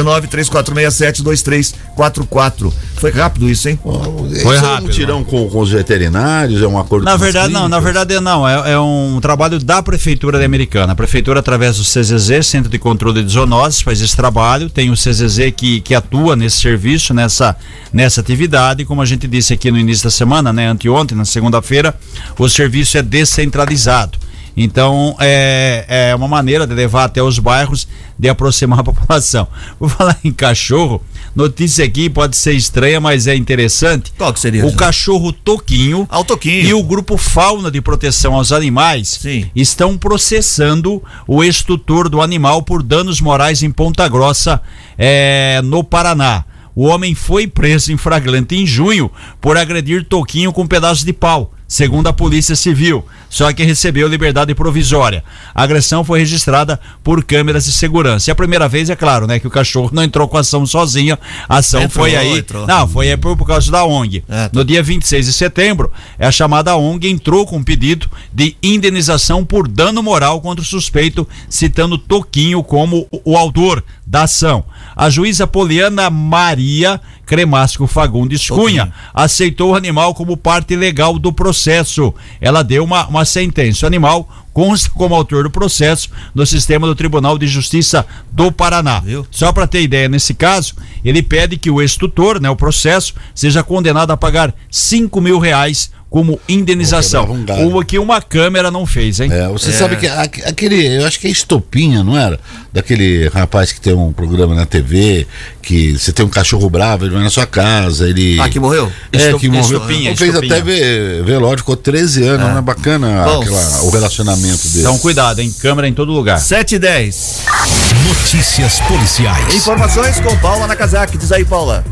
19-3467-2344. Foi rápido isso, hein? Foi rápido. É um mutirão com os veterinários, é um acordo com verdade, não, na verdade não, é um trabalho da Prefeitura de Americana. A Prefeitura, através do CZZ, Centro de Controle de Zoonoses, faz esse trabalho. Tem o CZZ que atua nesse serviço, nessa atividade. Como a gente disse aqui no início da semana, né, anteontem, na segunda-feira, o serviço é descentralizado. Então é uma maneira de levar até os bairros, de aproximar a população. Vou falar em cachorro, notícia aqui pode ser estranha, mas é interessante. Qual que seria? O cachorro Toquinho, e o grupo Fauna de Proteção aos Animais estão processando o ex-tutor do animal por danos morais em Ponta Grossa, no Paraná. O homem foi preso em flagrante em junho por agredir Toquinho com um pedaço de pau, segundo a Polícia Civil, só que recebeu liberdade provisória. A agressão foi registrada por câmeras de segurança. E a primeira vez, é claro, né, que o cachorro não entrou com a ação sozinho, a ação foi aí por causa da ONG. No dia 26 de setembro, a chamada ONG entrou com um pedido de indenização por dano moral contra o suspeito, citando Toquinho como o autor da ação. A juíza Poliana Maria Cremasco Fagundes Cunha aceitou o animal como parte legal do processo. Ela deu uma sentença. O animal consta como autor do processo no sistema do Tribunal de Justiça do Paraná. Só para ter ideia, nesse caso, ele pede que o ex-tutor, né, o processo, seja condenado a pagar R$5.000 como indenização. O que uma câmera não fez, hein? Você sabe que aquele, eu acho que é Estopinha, não era? Daquele rapaz que tem um programa na TV, que você tem um cachorro bravo, ele vai na sua casa, ele... que morreu? Que morreu. Estopinha. Fez até velório, ficou 13 anos, não é bacana o relacionamento dele. Então cuidado, hein? Câmera em todo lugar. 7h10. Notícias policiais. Informações com Paula Nakazaki. Diz aí, Paula.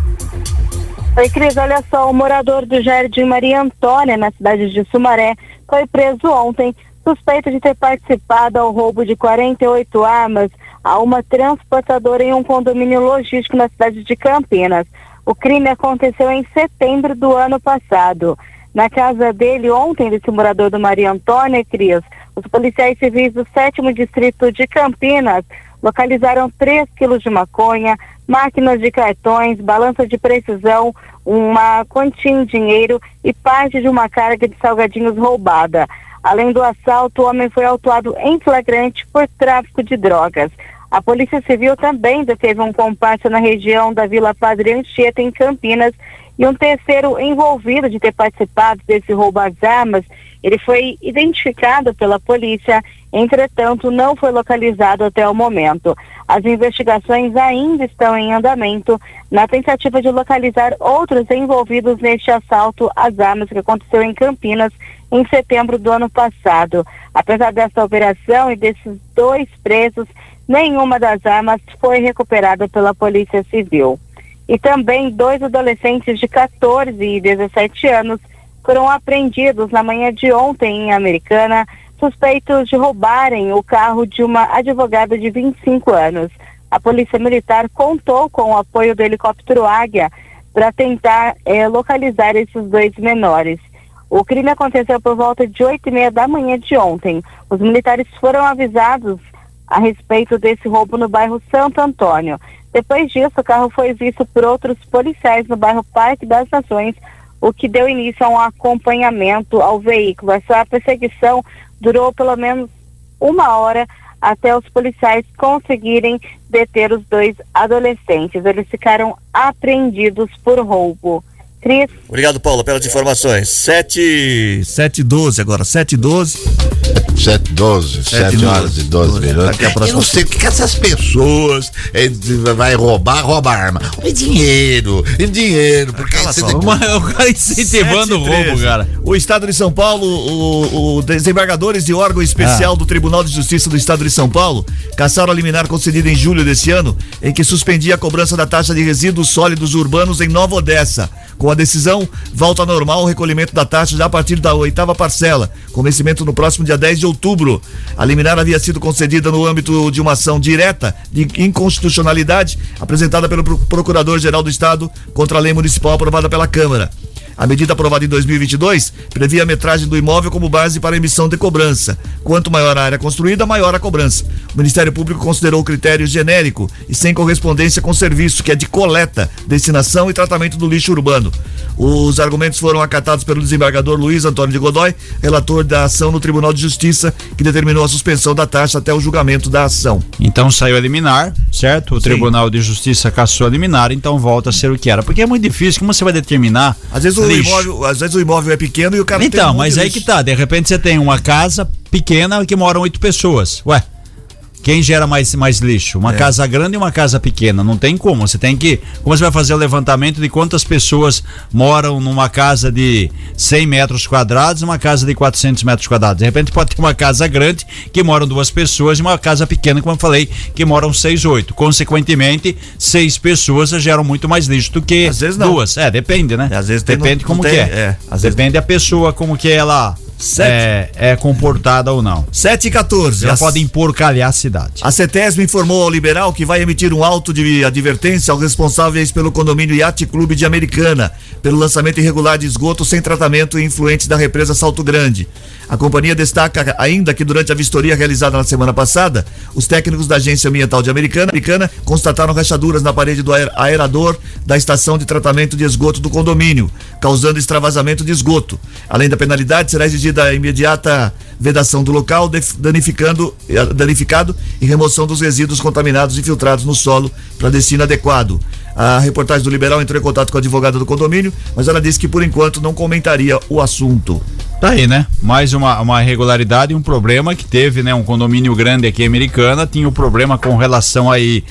Oi, Cris, olha só, o morador do Jardim Maria Antônia, na cidade de Sumaré, foi preso ontem, suspeito de ter participado ao roubo de 48 armas a uma transportadora em um condomínio logístico na cidade de Campinas. O crime aconteceu em setembro do ano passado. Na casa dele, ontem, desse morador do Maria Antônia, Cris, os policiais civis do 7º Distrito de Campinas localizaram 3 quilos de maconha, máquinas de cartões, balança de precisão, uma quantia em dinheiro e parte de uma carga de salgadinhos roubada. Além do assalto, o homem foi autuado em flagrante por tráfico de drogas. A Polícia Civil também deteve um comparsa na região da Vila Padre Anchieta, em Campinas, e um terceiro envolvido de ter participado desse roubo às armas. Ele foi identificado pela polícia, entretanto não foi localizado até o momento. As investigações ainda estão em andamento na tentativa de localizar outros envolvidos neste assalto às armas que aconteceu em Campinas em setembro do ano passado. Apesar dessa operação e desses 2 presos, nenhuma das armas foi recuperada pela Polícia Civil. E também 2 adolescentes de 14 e 17 anos foram apreendidos na manhã de ontem em Americana, suspeitos de roubarem o carro de uma advogada de 25 anos. A Polícia Militar contou com o apoio do helicóptero Águia para tentar localizar esses 2 menores. O crime aconteceu por volta de 8h30 da manhã de ontem. Os militares foram avisados a respeito desse roubo no bairro Santo Antônio. Depois disso, o carro foi visto por outros policiais no bairro Parque das Nações, o que deu início a um acompanhamento ao veículo. Essa perseguição durou pelo menos 1 hora até os policiais conseguirem deter os 2 adolescentes. Eles ficaram apreendidos por roubo. Cris. Obrigado, Paulo, pelas informações. 7h12 agora, 7h12. 7 horas e 12 minutos. Eu não sei o que essas pessoas vai rouba arma. Dinheiro, porque o cara incentivando o roubo, cara. O Estado de São Paulo, os desembargadores e órgão especial do Tribunal de Justiça do Estado de São Paulo caçaram a liminar concedida em julho desse ano, em que suspendia a cobrança da taxa de resíduos sólidos urbanos em Nova Odessa. Com a decisão, volta ao normal o recolhimento da taxa já a partir da 8ª parcela, com vencimento no próximo dia 10 de outubro. A liminar havia sido concedida no âmbito de uma ação direta de inconstitucionalidade apresentada pelo Procurador-Geral do Estado contra a lei municipal aprovada pela Câmara. A medida aprovada em 2022 previa a metragem do imóvel como base para a emissão de cobrança. Quanto maior a área construída, maior a cobrança. O Ministério Público considerou o critério genérico e sem correspondência com o serviço, que é de coleta, destinação e tratamento do lixo urbano. Os argumentos foram acatados pelo desembargador Luiz Antônio de Godoy, relator da ação no Tribunal de Justiça, que determinou a suspensão da taxa até o julgamento da ação. Então saiu a liminar, certo? O Tribunal de Justiça cassou a liminar, então volta a ser o que era. Porque é muito difícil, como você vai determinar? Às vezes o imóvel é pequeno e o cara então, tem mas aí que tá, de repente você tem uma casa pequena que moram 8 pessoas. Ué, quem gera mais lixo? Uma casa grande e uma casa pequena. Não tem como. Você tem que... Como você vai fazer o levantamento de quantas pessoas moram numa casa de 100 metros quadrados e uma casa de 400 metros quadrados? De repente pode ter uma casa grande que moram 2 pessoas e uma casa pequena, como eu falei, que moram 6, 8. Consequentemente, 6 pessoas geram muito mais lixo do que 2. Depende, né? Às vezes depende como que é. Depende da pessoa, como que ela... É comportada ou não. 7h14. Já pode emporcalhar a cidade. A CETESB informou ao Liberal que vai emitir um auto de advertência aos responsáveis pelo condomínio Yacht Clube de Americana, pelo lançamento irregular de esgoto sem tratamento e influentes da represa Salto Grande. A companhia destaca ainda que durante a vistoria realizada na semana passada, os técnicos da Agência Ambiental de Americana constataram rachaduras na parede do aerador da estação de tratamento de esgoto do condomínio, causando extravasamento de esgoto. Além da penalidade, será exigida a imediata vedação do local, danificado e remoção dos resíduos contaminados infiltrados no solo para destino adequado. A reportagem do Liberal entrou em contato com a advogada do condomínio, mas ela disse que por enquanto não comentaria o assunto. Tá aí, né? Mais uma irregularidade e um problema que teve, né? Um condomínio grande aqui em Americana tinha um problema com relação aí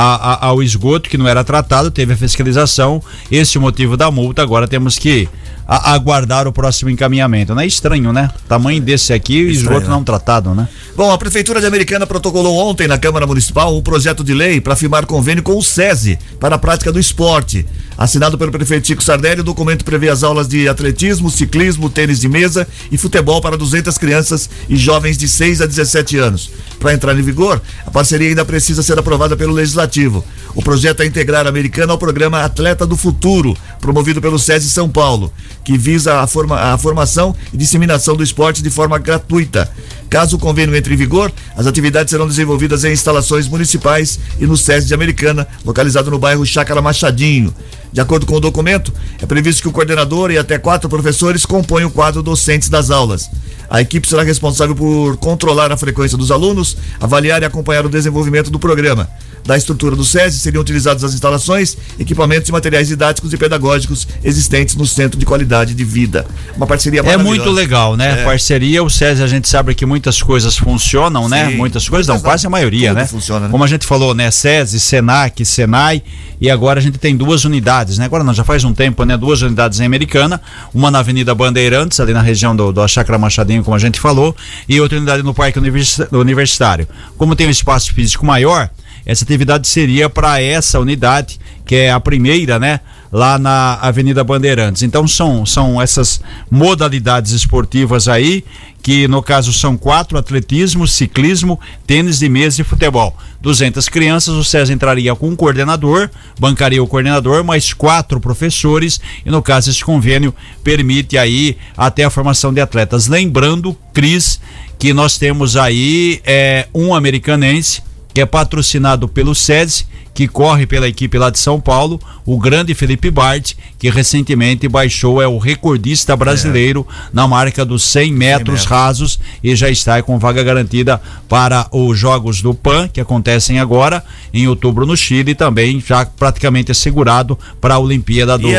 ao esgoto que não era tratado, teve a fiscalização, esse é o motivo da multa, agora temos que aguardar o próximo encaminhamento. Não é estranho, né? Tamanho desse aqui, o esgoto não tratado, né? Bom, a Prefeitura de Americana protocolou ontem na Câmara Municipal um projeto de lei para firmar convênio com o SESI para a prática do esporte. Assinado pelo prefeito Chico Sardelli, o documento prevê as aulas de atletismo, ciclismo, tênis de mesa e futebol para 200 crianças e jovens de 6 a 17 anos. Para entrar em vigor, a parceria ainda precisa ser aprovada pelo Legislativo. O projeto é integrar a Americana ao programa Atleta do Futuro, promovido pelo SESI São Paulo, que visa a formação e disseminação do esporte de forma gratuita. Caso o convênio entre em vigor, as atividades serão desenvolvidas em instalações municipais e no SESI de Americana, localizado no bairro Chácara Machadinho. De acordo com o documento, é previsto que o coordenador e até 4 professores componham o quadro docentes das aulas. A equipe será responsável por controlar a frequência dos alunos, avaliar e acompanhar o desenvolvimento do programa. Da estrutura do SESI seriam utilizadas as instalações, equipamentos e materiais didáticos e pedagógicos existentes no Centro de Qualidade de Vida. Uma parceria maravilhosa. É muito legal, né? Parceria, o SESI, a gente sabe que muitas coisas funcionam, né? Muitas coisas não, quase a maioria, né? Funciona, né? Como a gente falou, né? SESI, SENAC, SENAI, e agora a gente tem 2 unidades, né? Agora não, já faz um tempo, né? 2 unidades em Americana, uma na Avenida Bandeirantes, ali na região da Chácara Machadinho, como a gente falou, e outra unidade no Parque Universitário. Como tem um espaço físico maior, essa atividade seria para essa unidade, que é a primeira, né? Lá na Avenida Bandeirantes. Então são essas modalidades esportivas aí, que no caso são 4: atletismo, ciclismo, tênis de mesa e futebol. 200 crianças, o SESI entraria com um coordenador, bancaria o coordenador, mais 4 professores, e no caso esse convênio permite aí até a formação de atletas. Lembrando, Cris, que nós temos aí um americanense que é patrocinado pelo SESI, que corre pela equipe lá de São Paulo, o grande Felipe Bart, que recentemente baixou, é o recordista brasileiro na marca dos 100 metros rasos, e já está com vaga garantida para os Jogos do PAN, que acontecem agora em outubro no Chile, e também já praticamente assegurado para a Olimpíada do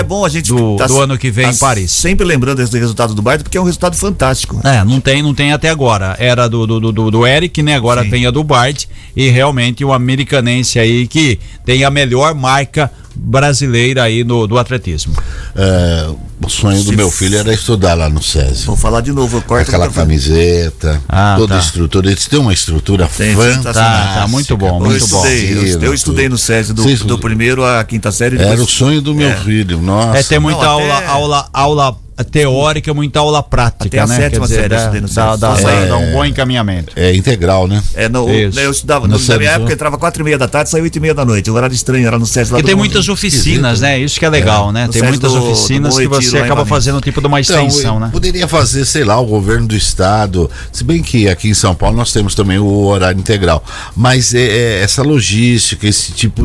ano que vem em Paris. Sempre lembrando esse resultado do Bart, porque é um resultado fantástico. Não tem até agora. Era do Eric, né? Agora tem a do Bart, e realmente o americanense aí que tem a melhor marca brasileira aí do atletismo. O sonho do meu filho era estudar lá no SESI. Vou falar de novo, aquela camiseta, toda a estrutura. Eles têm uma estrutura fantástica. Tá muito bom, muito bom. Eu estudei no SESI do primeiro à quinta série. Era o sonho do meu filho, nossa. Tem muita aula teórica, muita aula prática, até a sétima série dá um bom encaminhamento. É integral, né? Eu estudava, na minha época entrava 4:30 da tarde, saía 8:30 da noite, o horário estranho, era no SESI lá. E tem muitas oficinas, né? Isso que é legal, né? Tem muitas oficinas que você acaba fazendo tipo de uma extensão, né? Poderia fazer, sei lá, o governo do estado, se bem que aqui em São Paulo nós temos também o horário integral, mas essa logística, esse tipo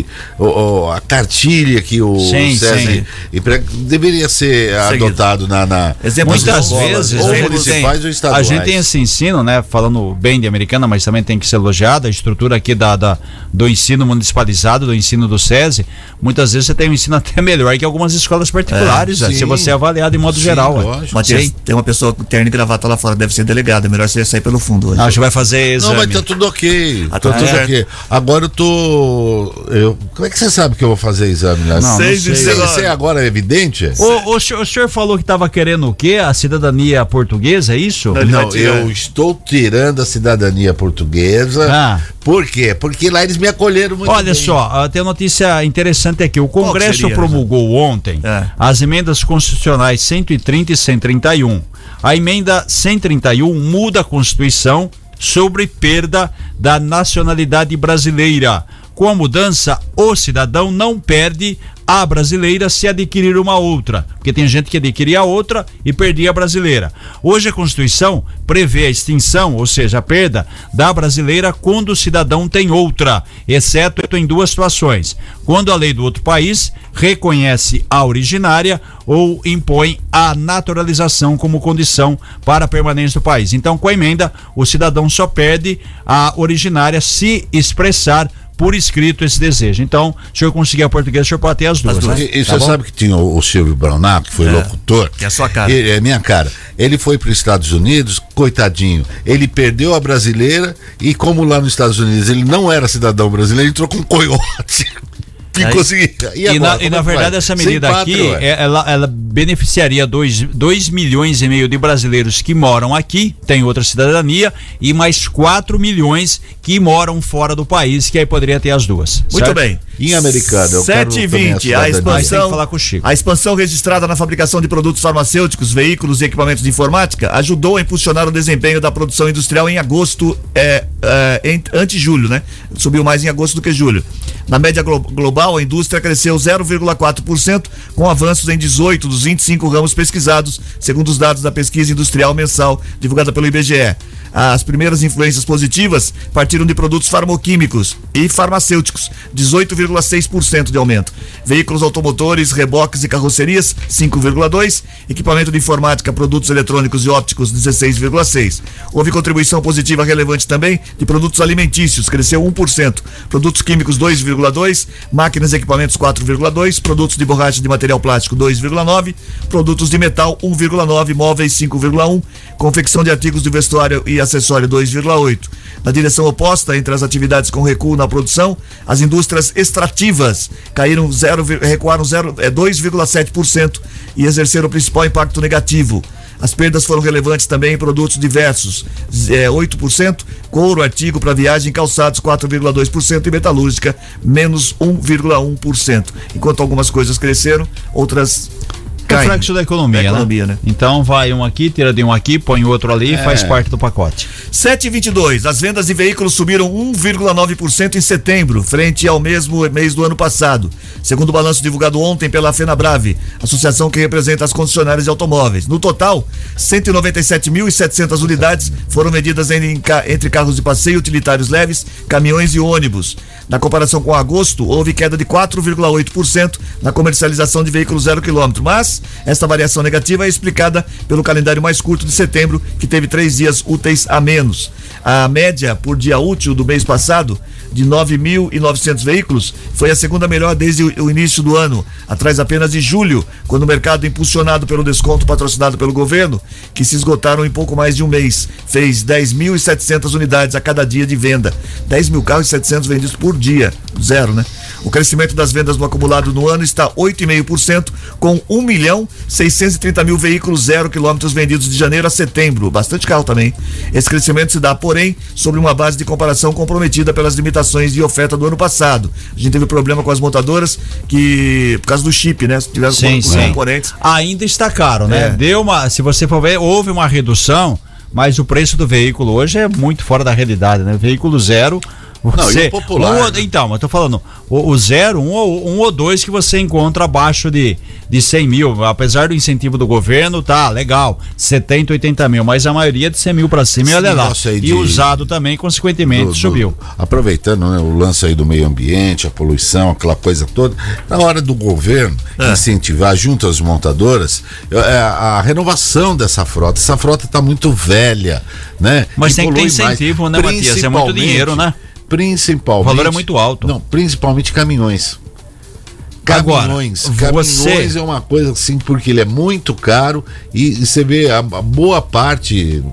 a cartilha que o SESI deveria ser adotado muitas vezes ou municipais ou estaduais. A gente tem esse ensino, né? Falando bem de Americana, mas também tem que ser elogiada a estrutura aqui do ensino municipalizado, do ensino do SESI. Muitas vezes você tem um ensino até melhor que algumas escolas particulares, se você é avaliado em modo geral. Matias, tem uma pessoa com terno e gravata lá fora, deve ser delegado, é melhor você sair pelo fundo hoje. Acho que vai fazer exame. Não, mas tá tudo ok. Ok. Agora como é que você sabe que eu vou fazer exame lá? Não sei. Você agora é evidente? O senhor falou que estava querendo o quê? A cidadania portuguesa, é isso? Não, eu estou tirando a cidadania portuguesa. Por quê? Porque lá eles me acolheram muito bem. Olha só, tem uma notícia interessante aqui. O Congresso promulgou ontem as emendas constitucionais 130 e 131. A emenda 131 muda a Constituição sobre perda da nacionalidade brasileira. Com a mudança, o cidadão não perde a brasileira se adquirir uma outra, porque tem gente que adquiria a outra e perdia a brasileira. Hoje a Constituição prevê a extinção, ou seja, a perda da brasileira quando o cidadão tem outra, exceto em 2 situações: quando a lei do outro país reconhece a originária ou impõe a naturalização como condição para a permanência do país. Então, com a emenda, o cidadão só perde a originária se expressar por escrito esse desejo. Então, se o senhor conseguir a portuguesa, o senhor pode ter as duas. Né? E você sabe que tinha o Silvio Braunato, que foi locutor. Que é a sua cara. É minha cara. Ele foi para os Estados Unidos, coitadinho. Ele perdeu a brasileira e, como lá nos Estados Unidos ele não era cidadão brasileiro, ele entrou com um coiote. E na verdade essa medida aqui ela beneficiaria 2 milhões e meio de brasileiros que moram aqui, tem outra cidadania, e mais 4 milhões que moram fora do país, que aí poderia ter as duas. Muito certo? Bem. Em americano, 7h20, a expansão registrada na fabricação de produtos farmacêuticos, veículos e equipamentos de informática ajudou a impulsionar o desempenho da produção industrial em agosto, ante julho, né? Subiu mais em agosto do que julho. Na média global, a indústria cresceu 0,4%, com avanços em 18 dos 25 ramos pesquisados, segundo os dados da pesquisa industrial mensal divulgada pelo IBGE. As primeiras influências positivas partiram de produtos farmoquímicos e farmacêuticos, 18,6% de aumento. Veículos automotores, reboques e carrocerias, 5,2%. Equipamento de informática, produtos eletrônicos e ópticos, 16,6%. Houve contribuição positiva relevante também de produtos alimentícios, cresceu 1%. Produtos químicos, 2,2%. Máquinas e equipamentos, 4,2%. Produtos de borracha de material plástico, 2,9%. Produtos de metal, 1,9%. Móveis, 5,1%. Confecção de artigos de vestuário e acessório, 2,8%. Na direção oposta, entre as atividades com recuo na produção, as indústrias extrativas recuaram 2,7% e exerceram o principal impacto negativo. As perdas foram relevantes também em produtos diversos, 8%, couro, artigo para viagem, calçados, 4,2% e metalúrgica, menos 1,1%. Enquanto algumas coisas cresceram, outras reflexo da economia, né? Então vai um aqui, tira de um aqui, põe outro ali e faz parte do pacote. 7h22, as vendas de veículos subiram 1,9% em setembro, frente ao mesmo mês do ano passado, segundo o balanço divulgado ontem pela FenaBrave, associação que representa as concessionárias de automóveis. No total, 197.700 unidades foram vendidas entre carros de passeio, utilitários leves, caminhões e ônibus. Na comparação com agosto, houve queda de 4,8% na comercialização de veículos 0 km, mas esta variação negativa é explicada pelo calendário mais curto de setembro, que teve 3 dias úteis a menos. A média por dia útil do mês passado, de 9.900 veículos, foi a segunda melhor desde o início do ano, atrás apenas de julho, quando o mercado, impulsionado pelo desconto patrocinado pelo governo, que se esgotaram em pouco mais de um mês, fez 10.700 unidades a cada dia de venda. 10 mil carros e 700 vendidos por dia, zero, né? O crescimento das vendas no acumulado no ano está 8,5%, com 1.630.000 veículos 0 km vendidos de janeiro a setembro, bastante carro também. Esse crescimento se dá, porém, sobre uma base de comparação comprometida pelas limitações de oferta do ano passado. A gente teve problema com as montadoras que, por causa do chip, né? Tiveram componentes. Ainda está caro, né? Se você for ver, houve uma redução, mas o preço do veículo hoje é muito fora da realidade, né? Veículo zero. Não, e o popular. Então, eu tô falando, o zero, um ou dois que você encontra abaixo de 100 mil, apesar do incentivo do governo, tá legal, 70, 80 mil, mas a maioria de 100 mil pra cima é lá. E usado também, consequentemente, subiu. Aproveitando, né, o lance aí do meio ambiente, a poluição, aquela coisa toda, na hora do governo incentivar junto às montadoras a renovação dessa frota. Essa frota tá muito velha, né? Mas tem que ter incentivo, né, Matias? É muito dinheiro, né? Principalmente. O valor é muito alto. Não, principalmente caminhões. Caminhões é uma coisa assim, porque ele é muito caro e você vê a boa parte,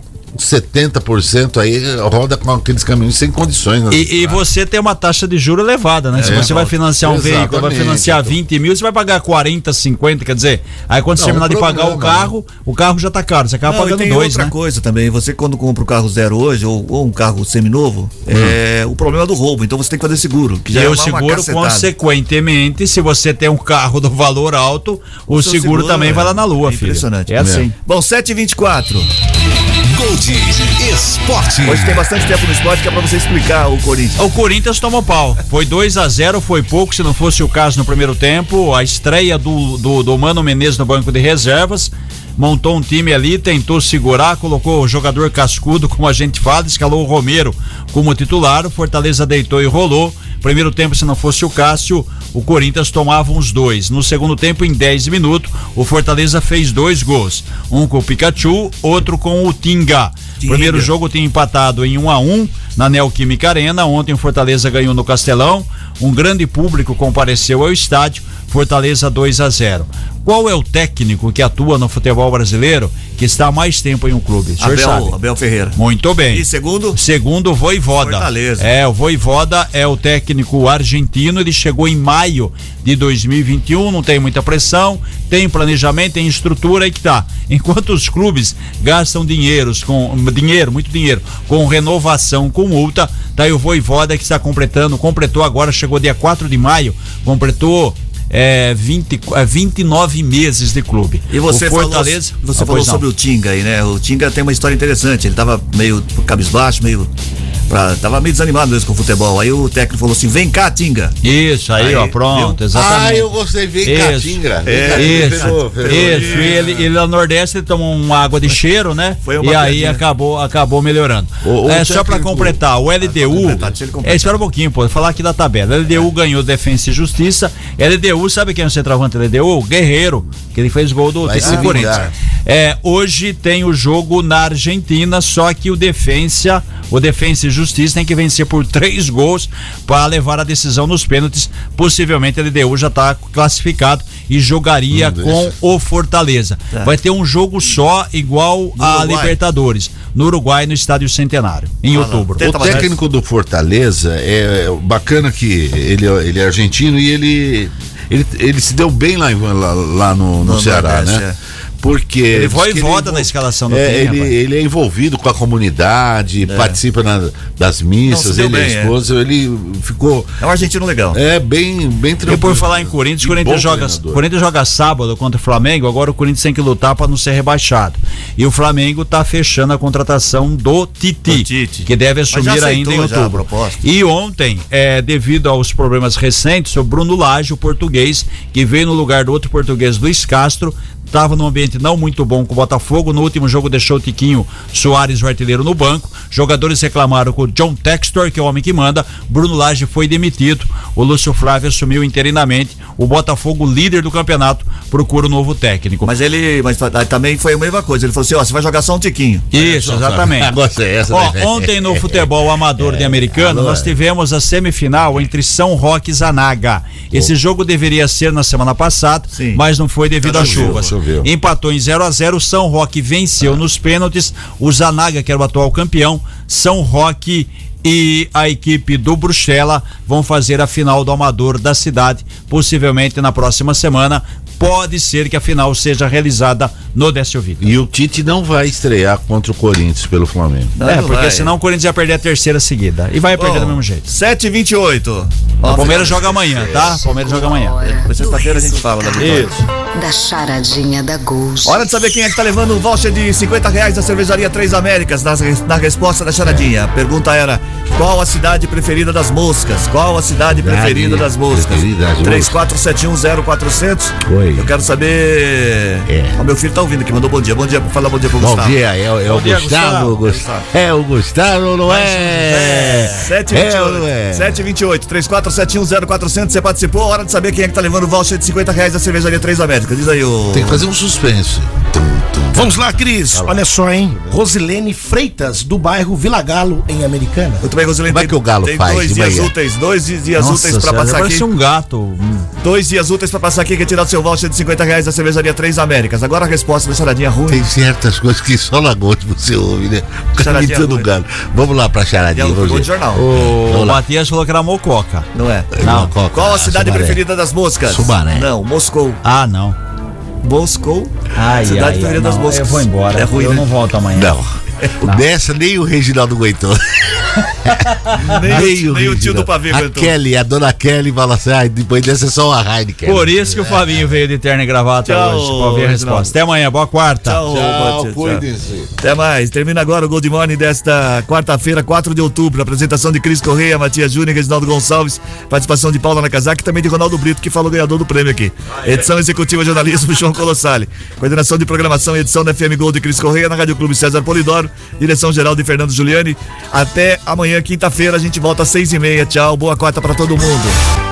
70% aí roda com aqueles caminhões sem condições. E você tem uma taxa de juros elevada, né? Se você vai financiar um veículo, vai financiar 20 mil, você vai pagar 40, 50, quer dizer, aí quando você terminar de pagar o carro já tá caro, você acaba pagando tem dois, outra coisa também, você quando compra o carro zero hoje, ou um carro seminovo, é o problema do roubo, então você tem que fazer seguro. Que já o seguro, consequentemente, se você tem um carro do valor alto, o seguro também vai lá na lua, filho. Impressionante. É assim. Bom, 7h24. Gold Esporte. Hoje tem bastante tempo no esporte que é pra você explicar o Corinthians. O Corinthians tomou pau. Foi 2-0, foi pouco, se não fosse o caso no primeiro tempo. A estreia do Mano Menezes no banco de reservas. Montou um time ali, tentou segurar, colocou o jogador cascudo, como a gente fala, escalou o Romero como titular. O Fortaleza deitou e rolou. Primeiro tempo, se não fosse o Cássio, o Corinthians tomava uns 2. No segundo tempo, em 10 minutos, o Fortaleza fez 2 gols. Um com o Pikachu, outro com o Tinga. Primeiro jogo tinha empatado em 1-1. na Neoquímica Arena. Ontem o Fortaleza ganhou no Castelão, um grande público compareceu ao estádio. Fortaleza 2-0. Qual é o técnico que atua no futebol brasileiro que está há mais tempo em um clube? Abel Ferreira. Muito bem. E segundo? Segundo, Vojvoda. Fortaleza. O Vojvoda é o técnico argentino, ele chegou em maio de 2021, não tem muita pressão, tem planejamento, tem estrutura, aí que tá. Enquanto os clubes gastam muito dinheiro, com renovação, com multa, tá aí o Vojvoda que está completou agora, chegou dia 4 de maio, completou 29 meses de clube. E você falou sobre o Tinga aí, né? O Tinga tem uma história interessante. Ele tava meio cabisbaixo, tava meio desanimado mesmo com o futebol. Aí o técnico falou assim: vem cá, Tinga. Isso, aí ó, pronto, exatamente. Eu gostei, vem cá, Tinga. Isso. E ele no Nordeste ele tomou uma água de cheiro, né? E aí acabou melhorando. Só pra completar, o LDU. Espera um pouquinho, vou falar aqui da tabela. O LDU ganhou Defensa e Justiça. LDU, sabe quem é o centroavante do LDU? Guerreiro, que ele fez gol do Corinthians. Hoje tem o jogo na Argentina, só que o Defensa e Justiça tem que vencer por 3 gols para levar a decisão nos pênaltis. Possivelmente a LDU já está classificado e jogaria com o Fortaleza. Vai ter um jogo só, igual a Libertadores, no Uruguai, no Estádio Centenário, em outubro. O técnico do Fortaleza é bacana que ele é argentino e ele se deu bem lá no Ceará, né? Porque ele Vojvoda na escalação do time. Ele é envolvido com a comunidade, participa das missas, ele é esposa, ele ficou. É um argentino legal. Bem tranquilo. E por falar em Corinthians, o Corinthians joga sábado contra o Flamengo. Agora o Corinthians tem que lutar para não ser rebaixado. E o Flamengo tá fechando a contratação do Tite, que deve assumir ainda em outubro. E ontem, devido aos problemas recentes, o Bruno Lage, o português, que veio no lugar do outro português, Luiz Castro, estava num ambiente não muito bom com o Botafogo. No último jogo deixou o Tiquinho Soares, o artilheiro, no banco. Jogadores reclamaram com o John Textor, que é o homem que manda. Bruno Lage foi demitido. O Lúcio Flávio assumiu interinamente. O Botafogo, líder do campeonato, procura um novo técnico. Mas também foi a mesma coisa. Ele falou assim: você vai jogar só um tiquinho. Isso, exatamente. Ontem no futebol amador de Americana, nós tivemos a semifinal entre São Roque e Zanaga. Esse jogo deveria ser na semana passada, mas não foi devido à chuva. Empatou em 0-0, o São Roque venceu nos pênaltis. O Zanaga, que era o atual campeão, São Roque e a equipe do Bruxela vão fazer a final do Amador da cidade, possivelmente na próxima semana. Pode ser que a final seja realizada no Décio Vita. E o Tite não vai estrear contra o Corinthians pelo Flamengo. Porque senão o Corinthians ia perder a terceira seguida. E vai perder do mesmo jeito. 7h28. O Palmeiras joga amanhã, tá? O Palmeiras joga amanhã. Sexta-feira a gente fala da vitória. Da charadinha da Ghost. Hora de saber quem é que tá levando um voucher de R$50 da cervejaria Três Américas. Na resposta da charadinha. A pergunta era: qual a cidade preferida das moscas? Qual a cidade preferida das moscas? 34710400. Oi. Eu quero saber. O meu filho tá ouvindo aqui, mandou bom dia. Bom dia, fala bom dia pro Gustavo. Bom dia, é o Gustavo. É o Gustavo, não é? 7h28, 34710400. Você participou. Hora de saber quem é que tá levando o voucher de R$50 da cervejaria Três Américas. Diz aí o. Tem que fazer um suspense. Vamos lá, Cris. Olha só, hein? Rosilene Freitas, do bairro Vila Galo, em Americana. Muito bem, Rosilene. Como é que o Galo faz? Tem 2 dias úteis. 2 dias úteis pra passar aqui. Parece um gato. 2 dias úteis pra passar aqui e retirar o seu voucher de R$50 da cervejaria Três Américas. Agora a resposta da charadinha ruim. Tem certas coisas que só na Gold você ouve, né? Charadinha do Galo. Vamos lá pra charadinha. Vamos jornal. O Matias falou que era Mococa. Não é? Não. Qual a cidade preferida das moscas? Sumaré. Não, Moscou. Ah, não. Moscou. Cidade preferida das moscas. Eu vou embora. É ruim, eu não volto amanhã. Não. Dessa nem o Reginaldo aguentou. nem o tio do pavê aguentou. A dona Kelly fala assim: depois dessa é só uma Heineken. Por isso que o Fabinho veio de terno e gravata hoje, pra ouvir a resposta. Até amanhã, boa quarta. Tchau, cuide-se. Até mais. Termina agora o Gold Morning desta quarta-feira, 4 de outubro. Apresentação de Cris Correia, Matias Júnior, Reginaldo Gonçalves, participação de Paula Nakazaki e também de Ronaldo Brito, que falou ganhador do prêmio aqui. Edição executiva jornalismo, João Colossali. Coordenação de programação e edição da FM Gold de Cris Correia, na Rádio Clube César Polidoro. Direção geral de Fernando Giuliani. Até amanhã, quinta-feira, a gente volta às 6h30. Tchau, boa quarta pra todo mundo.